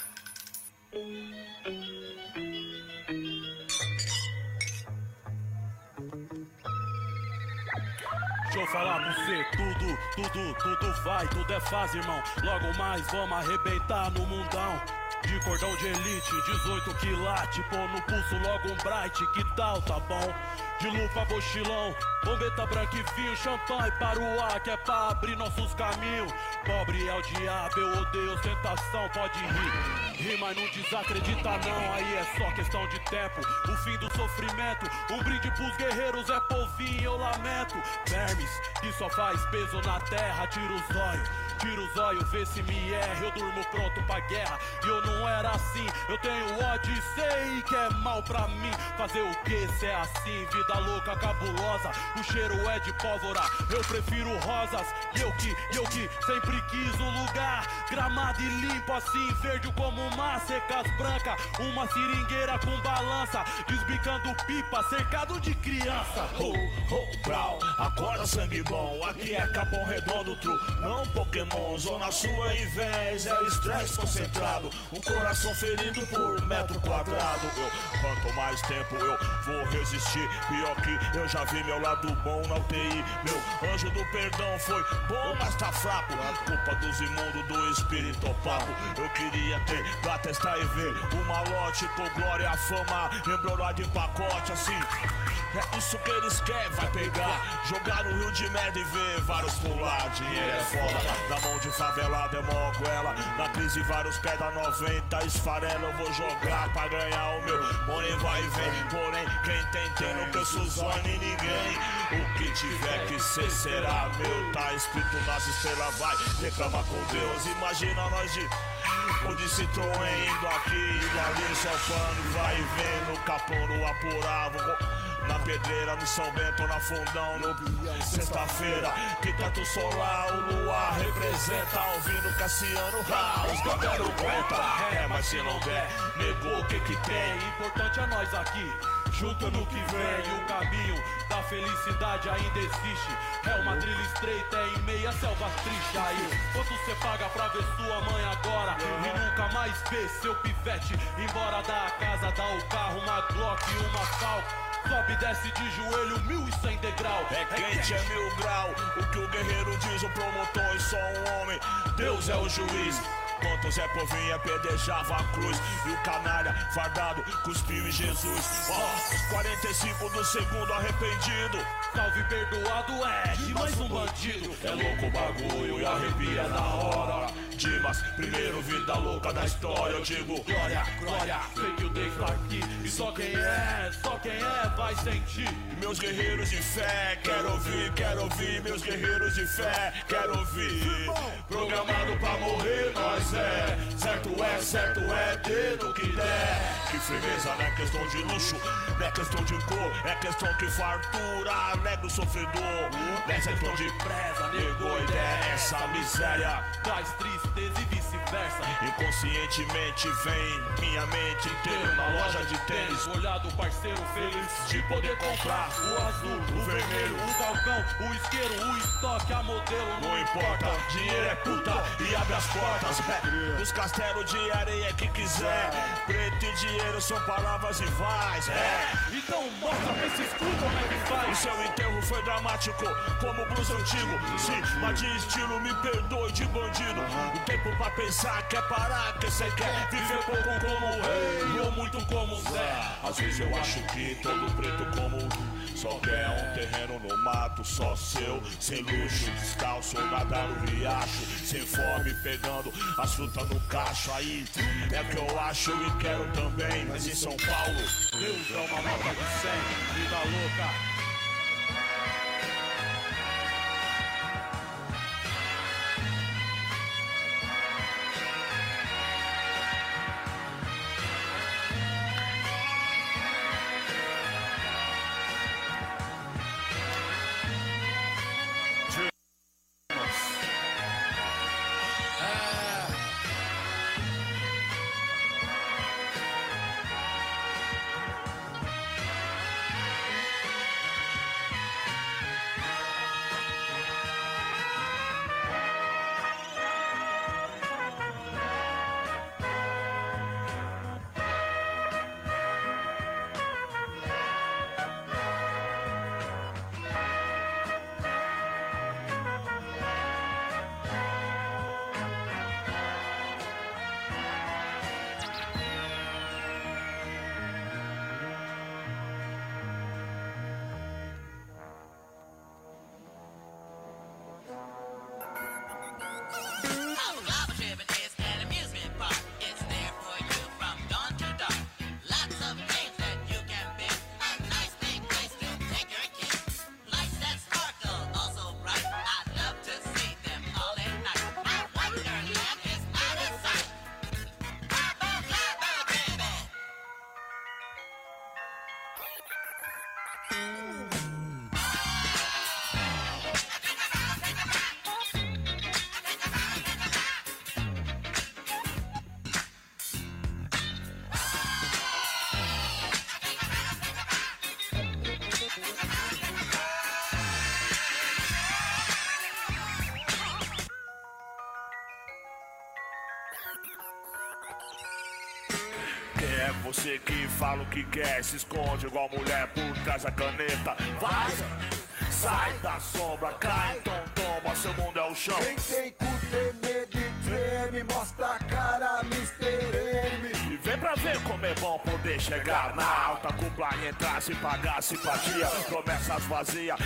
J: Deixa eu falar pra você, tudo vai, tudo é fase, irmão. Logo mais vamos arrebentar no mundão. De cordão de elite, 18 quilate, pô no pulso logo um bright, que tal, tá bom? De lupa, mochilão, bombeta branca e vinho, champanhe para o ar, que é pra abrir nossos caminhos. Pobre é o diabo, eu odeio ostentação, pode rir, mas não desacredita não, aí é só questão de tempo. O fim do sofrimento, um brinde pros guerreiros é povinho, eu lamento. Vermes, que só faz peso na terra, tira o zóio, vê se me erra, eu durmo pronto pra guerra. E eu não era assim, eu tenho ódio e sei que é mal pra mim. Fazer o que se é assim, vida louca, cabulosa. O cheiro é de pólvora, eu prefiro rosas. E eu que sempre quis um lugar gramado e limpo assim, verde como uma secas branca. Uma seringueira com balança, desbicando pipa, cercado de criança.
E: Brau, acorda sangue bom, aqui é Capão Redondo, true, não Pokémon. Zona sua em vez, é estresse concentrado. Um coração ferido por metro quadrado. Quanto mais tempo eu vou resistir, pior que eu já vi meu lado bom na UTI. Meu anjo do perdão foi bom, mas tá fraco. Culpa dos imundos do espírito opaco. Eu queria ter pra testar e ver o malote com glória, a fama embrulhada em pacote assim. É isso que eles querem, vai pegar, jogar no rio de merda e ver vários pular. Dinheiro é foda, na mão de favelado é mó goela. Na crise vários pés da 90 esfarela. Eu vou jogar pra ganhar o meu money vai e vem. Porém, quem tem, não penso zóio nem ninguém. O que tiver que ser será meu, tá escrito nas estrelas, vai, reclama com Deus. Imagina nós de Citroën indo aqui e ali, só pano, vai e vem no capão, no apuravo. Na Pedreira, no São Bento, na Fundão, no sexta-feira, que tanto solar, o luar representa. Ouvindo Cassiano, os galera não aguenta. Mas se não der, negou o que tem.
J: Importante é nós aqui, junto no que vem. O caminho da felicidade ainda existe. É uma trilha estreita, é em meia selva triste. Aí, quanto você paga pra ver sua mãe agora e nunca mais ver seu pivete embora da casa, dá o carro, uma Glock e uma Falcon. Sobe e desce de joelho, 1100 degrau.
E: É quente, é 1000 grau. O que o guerreiro diz, o promotor é só um homem. Deus é o juiz. Enquanto Zé Povinha pedejava a cruz e o canalha fardado cuspiu em Jesus. 45 do segundo arrependido.
J: Salve perdoado é de mais um bandido.
E: É louco o bagulho e arrepia na hora. Dimas, primeiro vida louca da história. Eu digo glória, glória,
J: sei que o Deus tá aqui. E só quem é vai sentir.
E: E meus guerreiros de fé, quero ouvir. Meus guerreiros de fé, quero ouvir. Programado pra morrer, nós certo é, dedo que der. Que firmeza, não é questão de luxo, não é questão de cor, é questão de fartura, nego sofredor. Não é questão de presa, negou ideia, essa miséria
J: traz tristeza e vice-versa.
E: Inconscientemente vem minha mente inteira na loja de tênis.
J: Olhar do parceiro feliz
E: de poder comprar
J: o azul, o vermelho, o balcão, o isqueiro, o estoque, a modelo.
E: Não importa, dinheiro é puta e abre as portas. Dos castelos de areia que quiser. Preto e dinheiro são palavras rivais.
J: Então mostra pra esse escudo como é que faz.
E: O seu enterro foi dramático, como o blues antigo. Sim, mas de estilo me perdoe de bandido. O tempo pra pensar, quer parar, que cê quer viver pouco como rei ou muito como Zé. Às vezes eu acho que todo preto como só quer um terreno no mato, só seu, sem luxo, descalço, nadar no riacho, sem fome, pegando as frutas no cacho. Aí é o que eu acho e quero também, mas em São Paulo
J: Deus é uma nota de 100, vida louca.
E: É você que fala o que quer, se esconde igual mulher por trás da caneta. Vai, sai da sombra, cai, então toma, seu mundo é o chão.
K: Quem tem cu tem medo e treme, mostra a cara, Mr. M.
E: E vem pra ver como é bom poder chegar na alta cúpula e entrar sem pagar simpatia. Promessas vazias,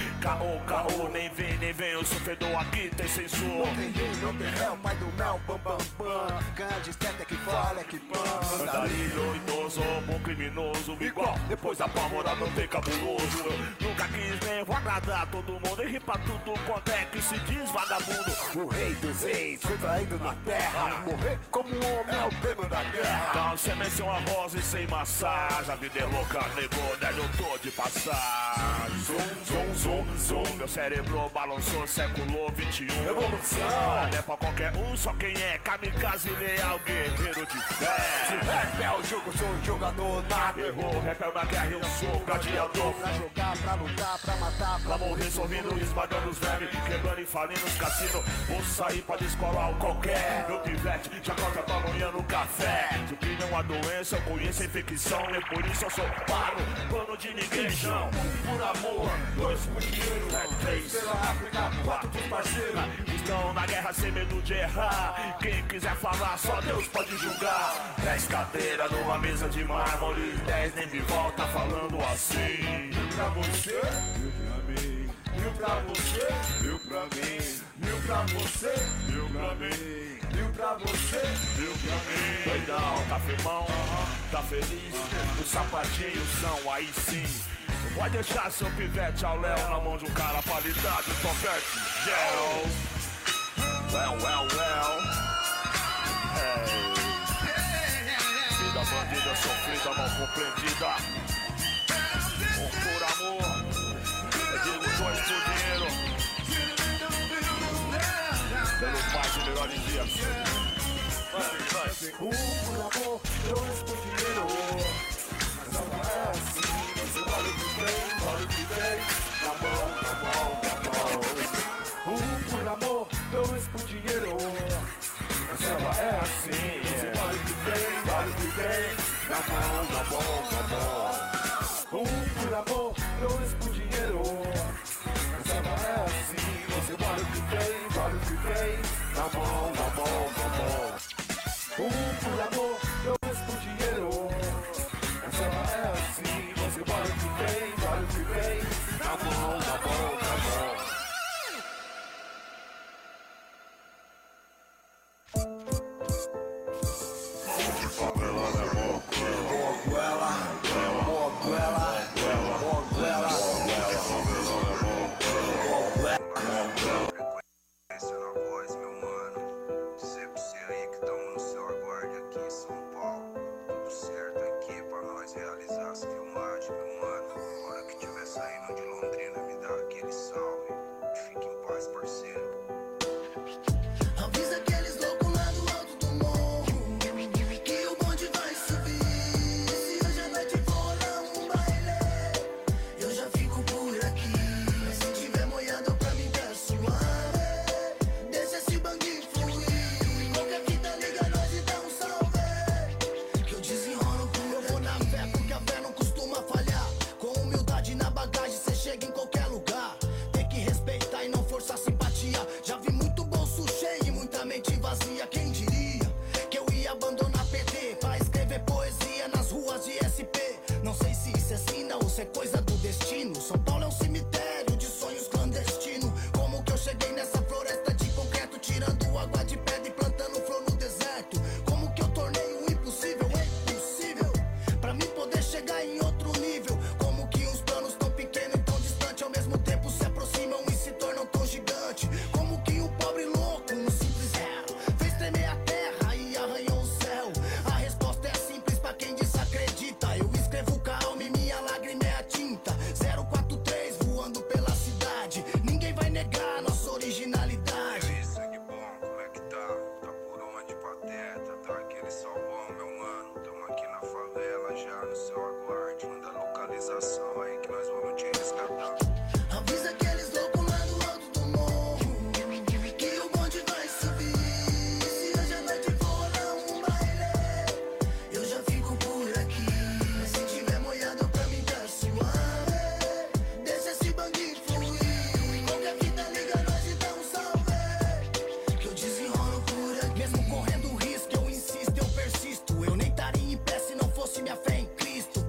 E: caô, nem vem, o sofredor aqui tem censura.
K: Não tem rei, não tem réu, pai do mel, bam, bam, bam. Candy, é que fala, é que pam.
E: Andarilho, idoso. eu sou um bom criminoso. Igual depois da pólvora não tem cabuloso. Eu nunca quis nem vou agradar todo mundo. E ri pra tudo quanto é que se diz vagabundo.
K: O rei dos reis foi traído na terra. Morrer como um homem é o prêmio da guerra.
E: Então cê menciona rosa e sem massagem. A vida é louca, negou, daí eu tô de passagem. Zum, zum, zum, zum. Meu cérebro balançou século 21.
K: Revolução.
E: Não é pra qualquer um, só quem é kamikaze leal, guerreiro de fé.
K: Se rap é o jogo, sou um jogador nato.
E: Errou, rap é uma guerra e eu sou gladiador.
K: Pra jogar, pra lutar, pra matar,
E: pra morrer sorrindo, esmagando os vermes, quebrando e falindo os cassinos. Vou sair pra descolar o qualquer. Meu pivete já causa pra amanhã no café. Se o crime é uma doença, eu conheço a infecção. Nem por isso eu sou plano de ninguém. Não, por amor, 2 por dinheiro, 3
K: pela África, 4 dos parceiros.
E: Estão na guerra sem medo de errar. Quem quiser falar, só Deus pode julgar. 10 cadeiras numa mesa de mármore, 10 nem me volta falando assim.
K: Mil pra você, mil pra mim. Mil pra você, mil pra mim. Mil pra você, mil pra mim. Mil pra você, mil pra mim.
E: Doidão, tá firmão, tá feliz. Os sapatinhos são aí sim. Pode deixar seu pivete ao léu na mão de um cara qualidade, topete, gel. Well. Hey. Vida bandida, sofrida, mal compreendida. Por amor, eu digo 2 por dinheiro. Pelos pais e melhores dias.
K: Por amor, 2 por dinheiro. Mas não é assim. Você vale o que tem, na mão. Por amor, 2 por dinheiro. Mas ela é assim. Você vale o que tem, na mão. Por amor, 2 por dinheiro. Mas ela é assim. Você vale o que tem, na mão. Por amor, 2 por dinheiro. Mas ela é assim. Você vale o que tem, na mão.
L: Mesmo correndo risco, eu insisto. Eu nem estaria em pé se não fosse minha fé em Cristo.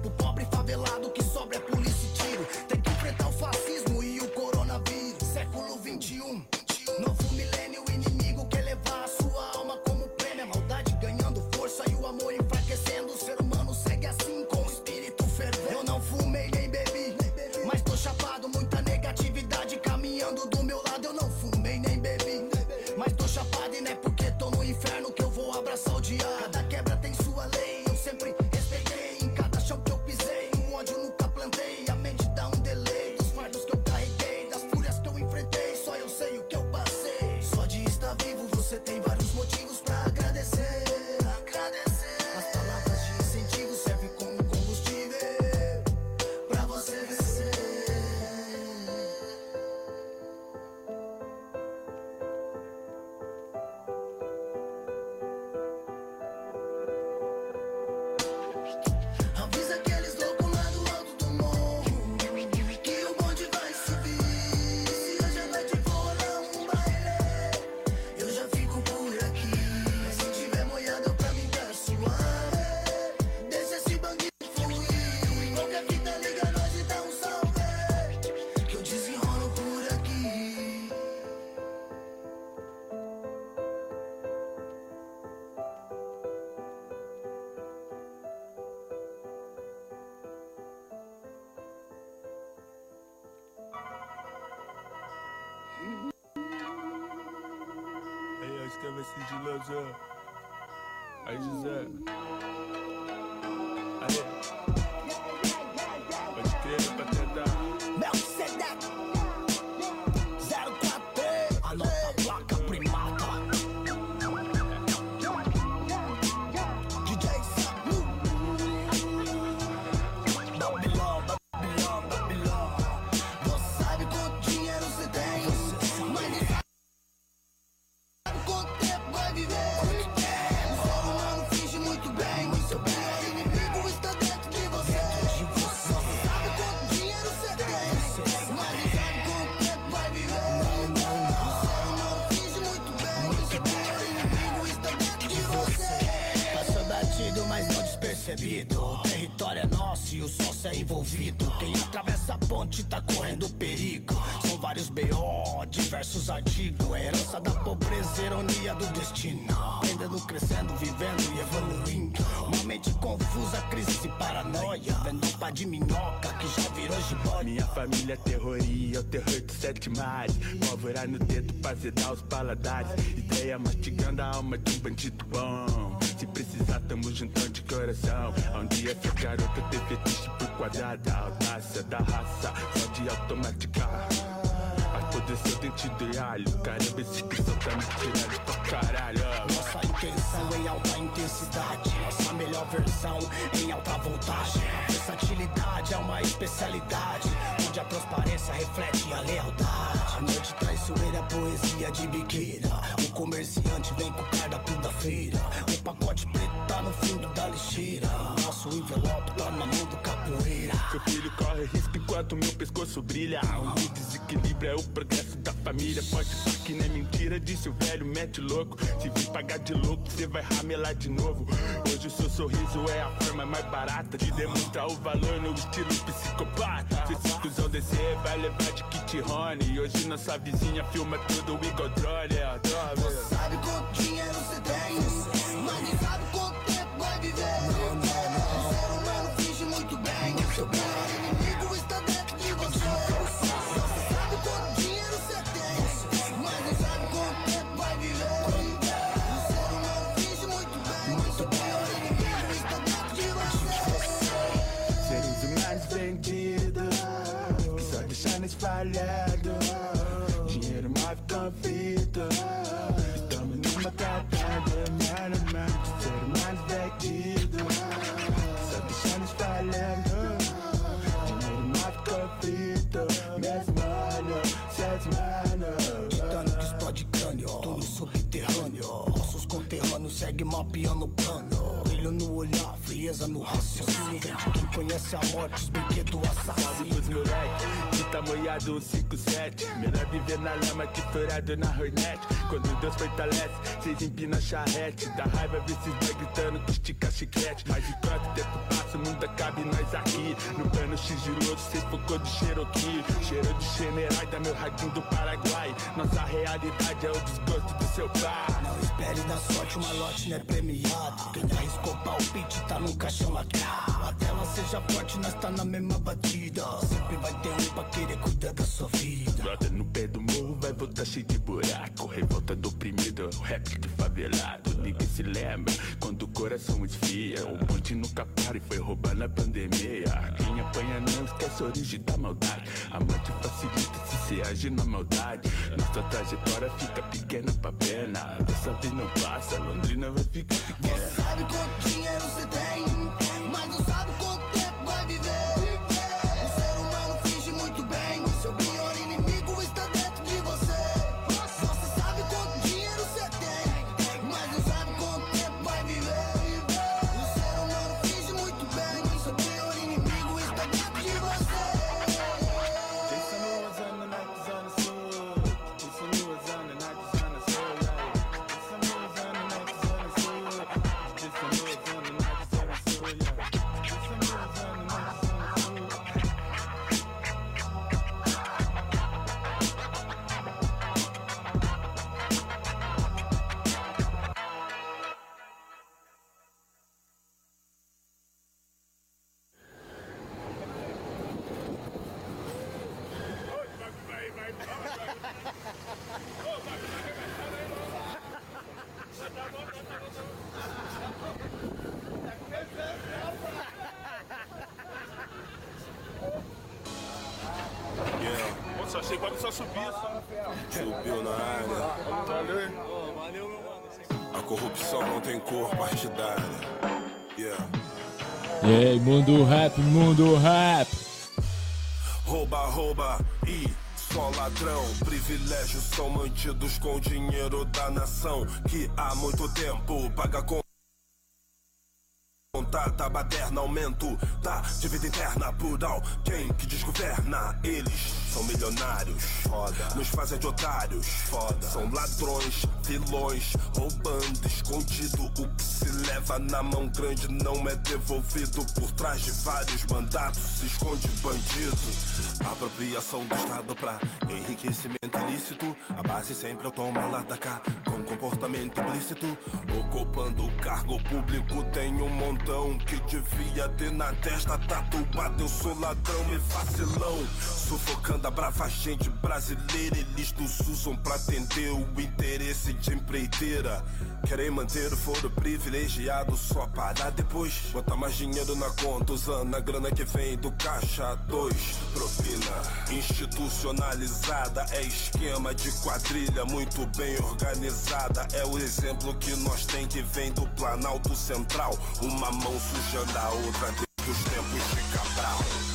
C: vai sigiloso. Aí, José. Aí. Pode crer, pra tentar.
G: Melquisedeque 043, anota a placa primata. DJ Samu. Babilão, Babilão, Babilão. Você sabe quanto dinheiro você tem, mas não sabe quanto tempo vai viver. O ser humano finge muito bem, mas seu pior inimigo está dentro de você. Você sabe quanto dinheiro você tem, mas não sabe quanto tempo vai viver. O ser humano finge muito bem, mas seu pior inimigo está dentro de você. Passa batido, mas não despercebido. O território é nosso e o sócio é envolvido. Quem atravessa a ponte tá correndo perigo. São vários B.O., diversos artigos. A herança da pobreza, ironia do destino. Aprendendo, crescendo, vivendo e evoluindo. Uma mente confusa, crise e paranoia. Vendo pá de minhoca que já virou jiboia.
C: Minha família é terroria, o terror dos 7 mares. Pólvora no dedo pra zedar os paladares. Ideia mastigando a alma de um bandido bom. Se precisar, tamo juntando de coração. Um dia essa garota ter fetiche por quadrada. Audácia da raça, só de automática. Apodreceu dente de alho. Caramba, esse cristão tá me tirando pra caralho.
G: Nossa intenção em alta intensidade. Nossa melhor versão em alta voltagem. A versatilidade é uma especialidade, onde a transparência reflete a lealdade. A noite traiçoeira é poesia de biqueira. O comerciante vem com o cardápio da feira. O pacote preto tá no fundo da lixeira. Nosso envelope tá na mão do capoeira.
C: Seu filho corre risco enquanto meu pescoço brilha. O desequilíbrio é o progresso da família. Pode ser que nem mentira, disse o velho, mete louco. Se vir pagar de louco, cê vai ramelar de novo. Hoje o seu sorriso é a forma mais barata de demonstrar o valor no estilo psicopata. Se esse cuzão descer, vai levar de kit Rony. Hoje nossa vizinha filma tudo igual drone.
G: Você sabe quanto dinheiro você tem, mas nem sabe quanto tempo vai viver. O ser humano finge muito bem, seu pior inimigo está dentro de você. Você sabe quanto dinheiro você tem, mas nem sabe quanto tempo vai viver. O ser humano finge muito bem, seu pior inimigo está dentro de você.
C: Seres humanos vendidos, que só deixando espalhado. Dinheiro move convida. Estamos numa catada, mano, de ser humanos vendidos, que só deixando espalhado. Dinheiro move convida. Mesmo mano, 7 mano.
G: Titânio que explode crânio, tudo subterrâneo. Nossos conterrâneos seguem mapeando o plano. Brilho no olhar, frieza no raciocínio. De quem conhece a morte, os brinquedos assassinos.
C: Salve pros moleque, que tá moiado 157. Melhor viver na lama que furado na Hornet. Quando Deus fortalece, cês empinam a charrete. Dá raiva ver esses boy gritando que estica chiclete. Mas enquanto tempo passa, o mundo cabe nós aqui. No plano sigiloso, cês focou de Cherokee. Cheiro de general, da meu radinho do Paraguai. Nossa realidade é o desgosto do seu pai.
G: Não espere da sorte, uma lote não é premiado. Quem arriscou palpite tá num caixão lacrado. Até ela seja forte, nós tá na mesma batida. Sempre vai ter um pra querer cuidar da sua vida.
C: Brota no pé do morro, vai voltar cheio de buraco. Revolta do oprimido, o rap de favelado. Ninguém se lembra quando o coração esfria. O bonde nunca para e foi roubar na pandemia. Quem apanha não esquece a origem da maldade. A morte facilita se cê age na maldade. Nossa trajetória fica pequena pra pena. Dessa vez não passa, Londrina vai ficar pequena.
G: Você sabe quanto dinheiro você tem, mas não sabe quanto tempo vai viver. O ser humano finge muito bem, seu pior inimigo está dentro de você. Você sabe quanto dinheiro você tem, mas não sabe quanto tempo vai viver. O ser humano finge muito bem, seu pior inimigo está dentro de você.
E: você pode só subir.
I: Subiu na área.
E: Valeu, meu mano.
I: A corrupção não tem cor partidária. Yeah.
A: Ei, mundo rap, mundo rap.
I: Rouba e só ladrão. Privilégios são mantidos com o dinheiro da nação que há muito tempo paga com tá baderna, aumento da dívida interna plural. Quem que desgoverna? Eles são milionários, foda. Nos fazem de otários, foda. São ladrões, vilões, roubando escondido. O que se leva na mão grande não é devolvido. Por trás de vários mandatos se esconde bandido. Apropriação do Estado pra enriquecimento ilícito. A base sempre é o toma lá da cá, com comportamento ilícito. Ocupando o cargo público tem um montão que devia ter na testa tatuado. Eu sou ladrão e vacilão, sufocando a brava gente brasileira. Eles nos usam pra atender o interesse de empreiteira. Querem manter o foro privilegiado só para depois botar mais dinheiro na conta, usando a grana que vem do caixa 2. Propina institucionalizada, é esquema de quadrilha muito bem organizada. É o exemplo que nós tem que vem do Planalto Central. Uma mão sujando a outra desde os tempos de Cabral.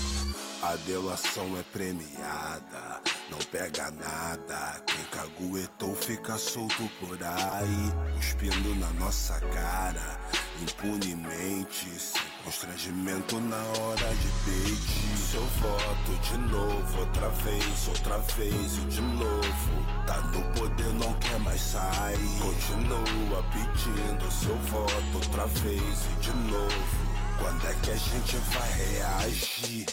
I: A delação é premiada, não pega nada. Quem caguetou fica solto por aí, cuspindo na nossa cara, impunemente, sem constrangimento na hora de pedir seu voto de novo, outra vez e de novo. Tá no poder, não quer mais sair, continua pedindo seu voto outra vez e de novo. Quando é que a gente vai reagir?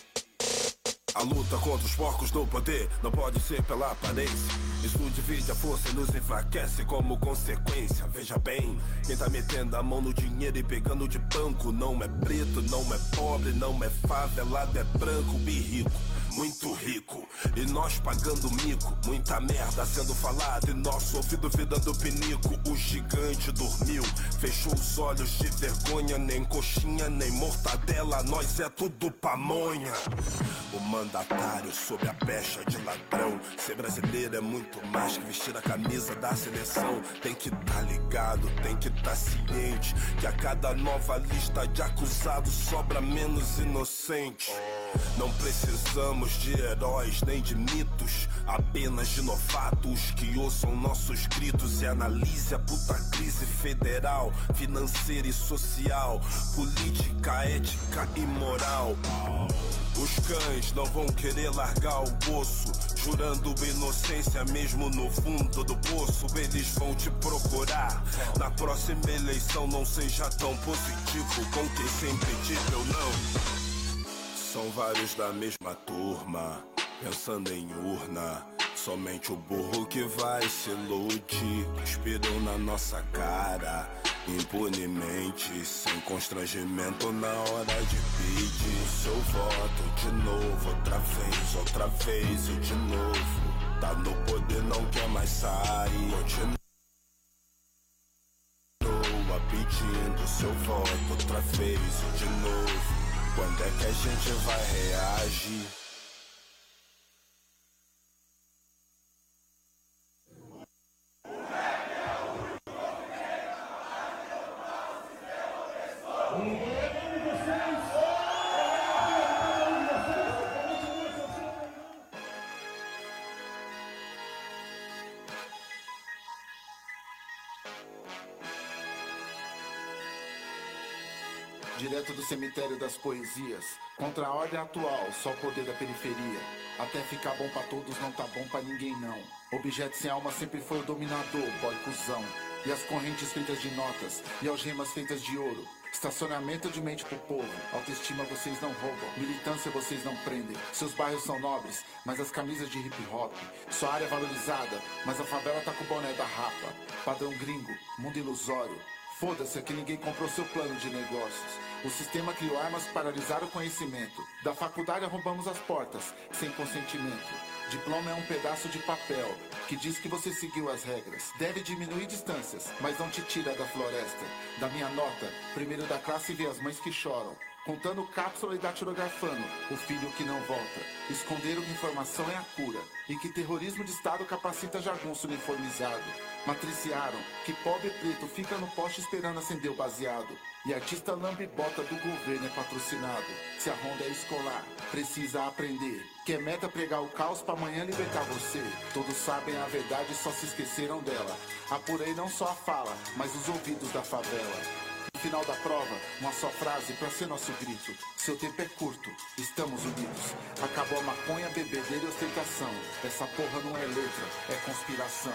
I: A luta contra os porcos do poder não pode ser pela aparência. Isso divide a força e nos enfraquece como consequência. Veja bem, quem tá metendo a mão no dinheiro e pegando de banco não é preto, não é pobre, não é favelado, é branco e rico. Muito rico, e nós pagando mico. Muita merda sendo falada e nosso ouvido virando pinico. O gigante dormiu, fechou os olhos de vergonha. Nem coxinha, nem mortadela, nós é tudo pamonha. O mandatário sob a pecha de ladrão. Ser brasileiro é muito mais que vestir a camisa da seleção. Tem que tá ligado, tem que tá ciente que a cada nova lista de acusados sobra menos inocente. Não precisamos de heróis nem de mitos, apenas de novatos que ouçam nossos gritos e analise a puta crise federal, financeira e social, política, ética e moral. Os cães não vão querer largar o osso, jurando inocência mesmo no fundo do poço. Eles vão te procurar na próxima eleição. Não seja tão positivo com quem se impedível não. São vários da mesma turma, pensando em urna. Somente o burro que vai se iludir. Cuspiram na nossa cara, impunemente, sem constrangimento na hora de pedir seu voto de novo, outra vez e de novo. Tá no poder, não quer mais sair. Continua pedindo seu voto outra vez e de novo. Quando é que a gente vai reagir?
L: Direto do cemitério das poesias, contra a ordem atual, só o poder da periferia. Até ficar bom pra todos não tá bom pra ninguém não. Objeto sem alma sempre foi o dominador, boy cuzão. E as correntes feitas de notas, e algemas feitas de ouro. Estacionamento de mente pro povo, autoestima vocês não roubam, militância vocês não prendem. Seus bairros são nobres, mas as camisas de hip hop. Sua área é valorizada, mas a favela tá com o boné da rapa. Padrão gringo, mundo ilusório. Foda-se, é que ninguém comprou seu plano de negócios. O sistema criou armas para paralisar o conhecimento. Da faculdade arrombamos as portas, sem consentimento. Diploma é um pedaço de papel que diz que você seguiu as regras. Deve diminuir distâncias, mas não te tira da floresta. Da minha nota, primeiro da classe vê as mães que choram. Contando cápsula e datilografando, o filho que não volta. Esconderam que informação é a cura e que terrorismo de Estado capacita jagunço uniformizado. Matriciaram que pobre preto fica no poste esperando acender o baseado. E artista lambibota do governo é patrocinado. Se a ronda é escolar, precisa aprender que é meta pregar o caos pra amanhã libertar você. Todos sabem a verdade e só se esqueceram dela. Apurei não só a fala, mas os ouvidos da favela. No final da prova, uma só frase pra ser nosso grito. Seu tempo é curto, estamos unidos. Acabou a maconha, bebedeira e ostentação. Essa porra não é letra, é conspiração.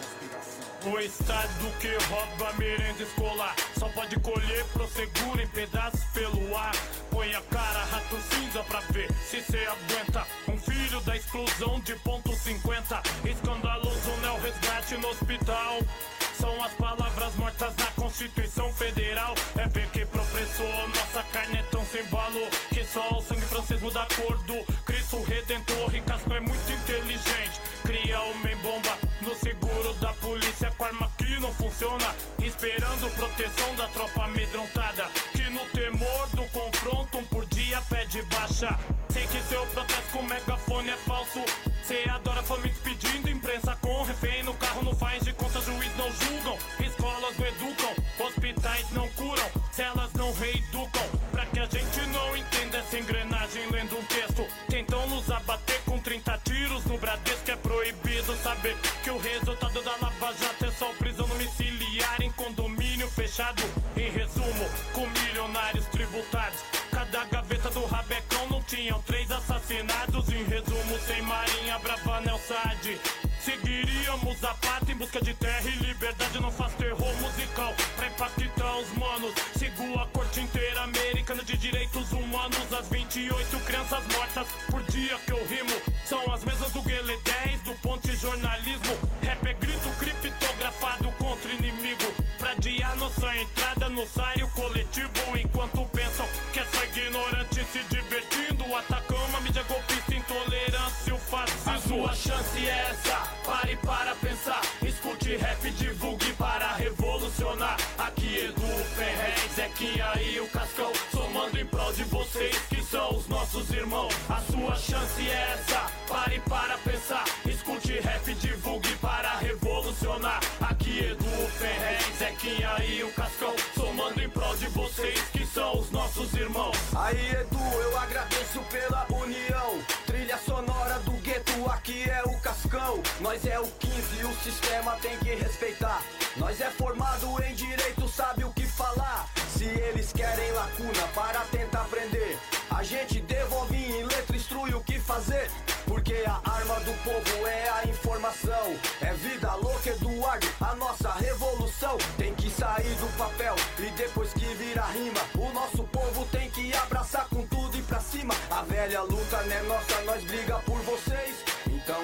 J: O estado que rouba merenda escolar só pode colher prossegura em pedaços pelo ar. Põe a cara, rato cinza pra ver se cê aguenta. Um filho da explosão de ponto 50. Escandaloso neo resgate no hospital. São as palavras mortas na Constituição Federal. É PQ professor, nossa carne é tão sem valor que só o sangue francês muda a cor do Cristo Redentor. Ricasco é muito inteligente, cria homem-bomba no seguro da polícia com arma que não funciona, esperando proteção da tropa amedrontada, que no temor do confronto por dia pede baixa. Sei que seu protesto com megafone é falso. Cê adora famintos pedindo imprensa com refém no carro, não faz de conta, juiz não julgam, escolas não educam, hospitais não curam, celas não reeducam. Pra que a gente não entenda essa engrenagem lendo um texto, tentam nos abater com 30 tiros no Bradesco. É proibido saber que o resultado da Lava Jato é só prisão domiciliar em condomínio fechado. Em resumo, com milionários tributados, cada gaveta do rabecão não tinham 3 assassinados. Em resumo, sem marinha brava Nelsad, seguiríamos a pata em busca de terra e liberdade. Não faz terror musical pra impactar os manos. Sigo a corte inteira americana de direitos humanos. As 28 crianças mortas por dia que eu rimo são as mesmas do Guelé 10, do Ponte Jornalismo. Rap é grito criptografado contra o inimigo, pra adiar nossa entrada no saio coletivo. Enquanto pensam que é só ignorante se divertindo, atacamos a mídia golpista, intolerância e o fascismo. A sua chance é essa, pare para pensar. Escute rap, divulgue para revolucionar. Aqui Edu Ferrez, Zequinha e o Cascão, somando em prol de vocês que são os nossos irmãos. A sua chance é essa, pare para pensar. Escute rap, divulgue para revolucionar. Aqui Edu Ferrez, Zequinha e o Cascão, somando em prol de vocês que são os nossos irmãos.
M: Aí Edu, eu agradeço pela união. Trilha sonora do gueto, aqui é o Cascão. Nós é o 15 e o sistema tem que respeitar. Nós é formado em direito, sabe o que falar. Se eles querem lacuna para tentar prender, a gente devolve em letra, instrui o que fazer. Porque a arma do povo é a informação. É vida louca, Eduardo, a nossa revolução tem que sair do papel e depois que vira rima, o nosso povo tem que abraçar com tudo e pra cima. A velha luta não é nossa, nós briga por vocês. Então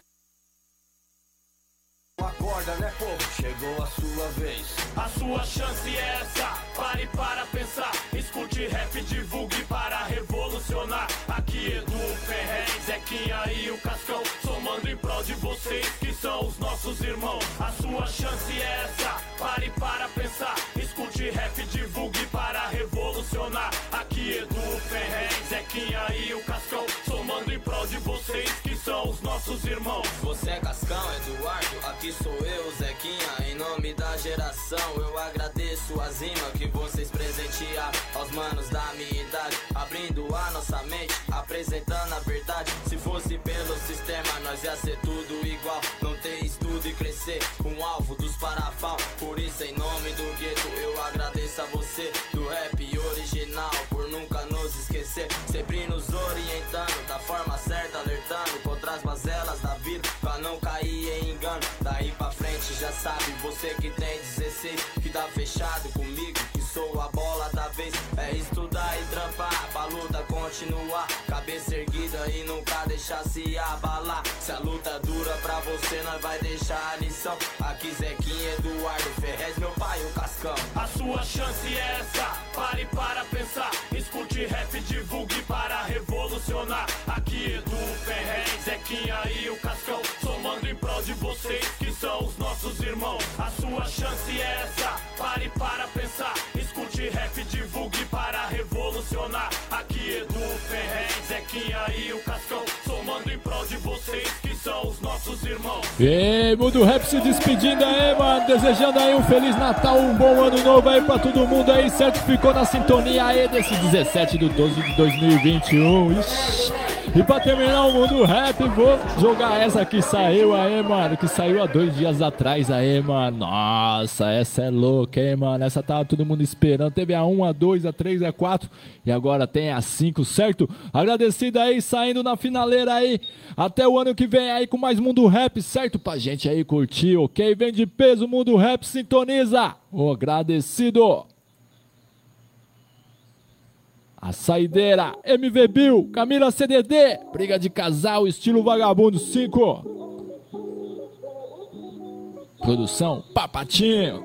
M: acorda, né, povo? Chegou a sua vez.
J: A sua chance é essa, pare para pensar. Escute rap, divulgue para revolucionar. Aqui Edu Ferrez, Zequinha e o Cascão, somando em prol de vocês que são os nossos irmãos. A sua chance é essa, pare para pensar. Escute rap, divulgue para revolucionar. Aqui Edu Ferrez, Zequinha e o Cascão, somando em prol de vocês que são os nossos irmãos.
N: Você é Cascão, Eduardo, aqui sou eu, Zequinha. Em nome da geração eu agradeço as rimas que vocês presentearam aos manos da minha idade, abrindo a nossa mente, apresentando a verdade. Se fosse pelo sistema nós ia ser tudo igual, não ter estudo e crescer, um alvo dos parafal. Por isso em nome do gueto eu agradeço a você do rap original, por nunca nos esquecer, sempre nos orientando da forma certa, alertando contra as mazelas da vida, pra não cair em engano. Daí pra frente já sabe, você que tem 16, que tá fechado comigo, que sou a bola da vez. É estudar e trampar, pra luta continuar, cabeça erguida e nunca deixar se abalar. Se a luta dura pra você, nós vai deixar a lição. Aqui Zequinha, Eduardo Ferrez, meu pai, o Cascão.
J: A sua chance é essa, pare para pensar. Escute rap, divulgue para revolucionar. Aqui Edu Ferrez, Zequinha e o Cascão, somando em prol de vocês que são os nossos irmãos. A sua chance é essa, pare para pensar. Escute rap, divulgue para revolucionar. Aqui
E: prol de vocês que são os nossos irmãos.
A: E Mundo Rap se despedindo aí, mano, desejando aí um Feliz Natal, um bom ano novo aí pra todo mundo aí, certo? Ficou na sintonia aí desse 17/12 de 2021. Ixi. E pra terminar o Mundo Rap, vou jogar essa que saiu aí, mano, que saiu há 2 dias atrás aí, mano. Nossa, essa é louca, hein, mano, essa tava todo mundo esperando. Teve a 1, a 2, a 3, a 4 e agora tem a 5, certo? Agradecido aí, saindo na finaleira aí. Até o ano que vem aí com mais Mundo Rap, certo? Pra gente aí curtir, ok? Vem de peso, Mundo Rap, sintoniza. Agradecido. A saideira, MV Bill, Camila CDD, briga de casal, estilo vagabundo 5. Produção, Papatinho.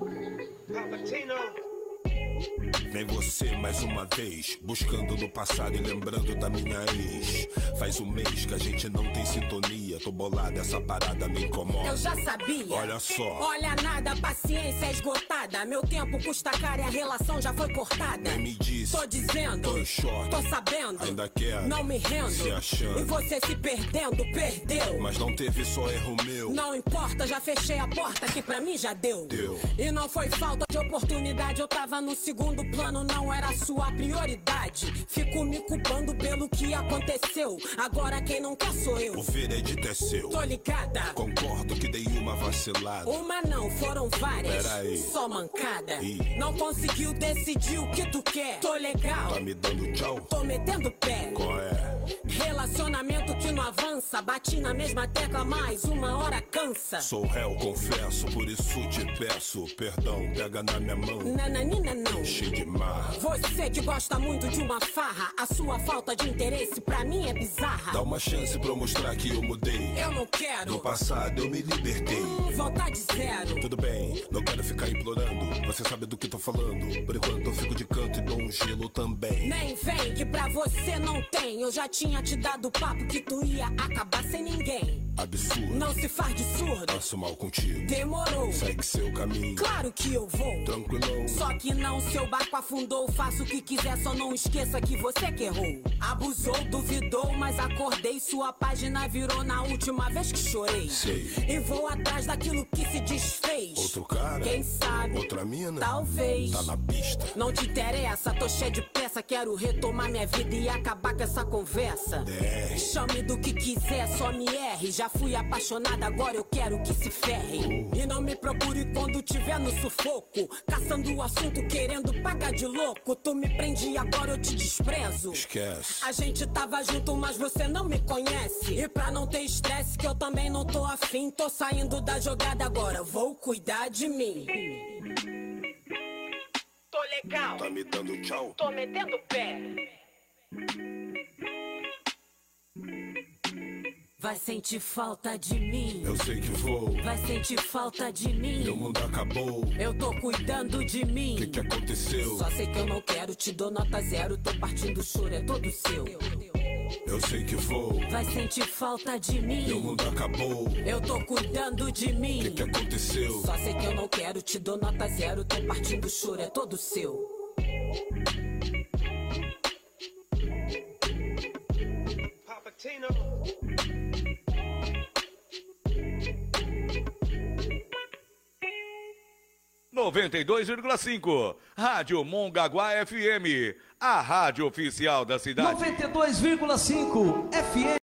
I: Vem você mais uma vez, buscando no passado e lembrando da minha ex. Faz um mês que a gente não tem sintonia, tô bolada, essa parada me incomoda.
O: Eu já sabia.
I: Olha só.
O: Olha nada, paciência esgotada. Meu tempo custa caro e a relação já foi cortada.
I: Nem me disse.
O: Tô dizendo.
I: Tô em choque.
O: Tô sabendo.
I: Ainda quero.
O: Não me rendo.
I: Se achando.
O: E você se perdendo, perdeu.
I: Mas não teve só erro meu.
O: Não importa, já fechei a porta que pra mim já deu.
I: Deu.
O: E não foi falta de oportunidade, eu tava no segundo plano. Não era sua prioridade. Fico me culpando pelo que aconteceu. Agora quem não quer sou eu.
I: O veredito é seu.
O: Tô ligada.
I: Concordo que dei uma vacilada.
O: Uma não, foram várias.
I: Peraí.
O: Só mancada.
I: Ih.
O: Não conseguiu decidir o que tu quer. Tô legal.
I: Tá me dando tchau?
O: Tô metendo pé.
I: Qual é?
O: Relacionamento que não avança. Bati na mesma tecla, mais uma hora cansa.
I: Sou réu, confesso, por isso te peço perdão, pega na minha mão.
O: Nananina não.
I: Cheio de mar.
O: Você que gosta muito de uma farra, a sua falta de interesse pra mim é bizarra.
I: Dá uma chance pra eu mostrar que eu mudei.
O: Eu não quero.
I: No passado eu me libertei.
O: Vontade zero.
I: Tudo bem, não quero ficar implorando. Você sabe do que tô falando. Por enquanto eu fico de canto e dou um gelo também.
O: Nem vem que pra você não tem. Eu já tinha te dado papo que tu ia acabar sem ninguém.
I: Absurdo.
O: Não se faz de surdo.
I: Passo mal contigo.
O: Demorou.
I: Segue seu caminho.
O: Claro que eu vou.
I: Tranquilão.
O: Só que não, seu barco afundou. Faça o que quiser, só não esqueça que você que errou. Abusou, duvidou, mas acordei. Sua página virou na última vez que chorei.
I: Sei.
O: E vou atrás daquilo que se desfez.
I: Outro cara?
O: Quem sabe?
I: Outra mina?
O: Talvez.
I: Tá na pista.
O: Não te interessa, tô cheio de pressa. Quero retomar minha vida e acabar com essa conversa. Chame do que quiser, só me erre. Já fui apaixonada, agora eu quero que se ferre. E não me procure quando tiver no sufoco. Caçando o assunto, querendo pagar de louco. Tu me prende e agora eu te desprezo.
I: Esquece.
O: A gente tava junto, mas você não me conhece. E pra não ter estresse, que eu também não tô afim. Tô saindo da jogada agora, vou cuidar de mim. Tô legal.
I: Tá me dando tchau?
O: Tô metendo pé. Vai sentir falta de mim.
I: Eu sei que vou.
O: Vai sentir falta de mim.
I: Meu mundo acabou.
O: Eu tô cuidando de mim.
I: O que aconteceu?
O: Só sei que eu não quero, te dou nota 0. Tô partindo, o choro é todo seu.
I: Eu sei que vou.
O: Vai sentir falta de mim.
I: Meu mundo acabou.
O: Eu tô cuidando de mim.
I: O que aconteceu?
O: Só sei que eu não quero, te dou nota 0. Tô partindo, o choro é todo seu.
H: Papatino.
E: 92,5 Rádio Mongaguá FM, a rádio oficial da cidade.
P: 92,5 FM.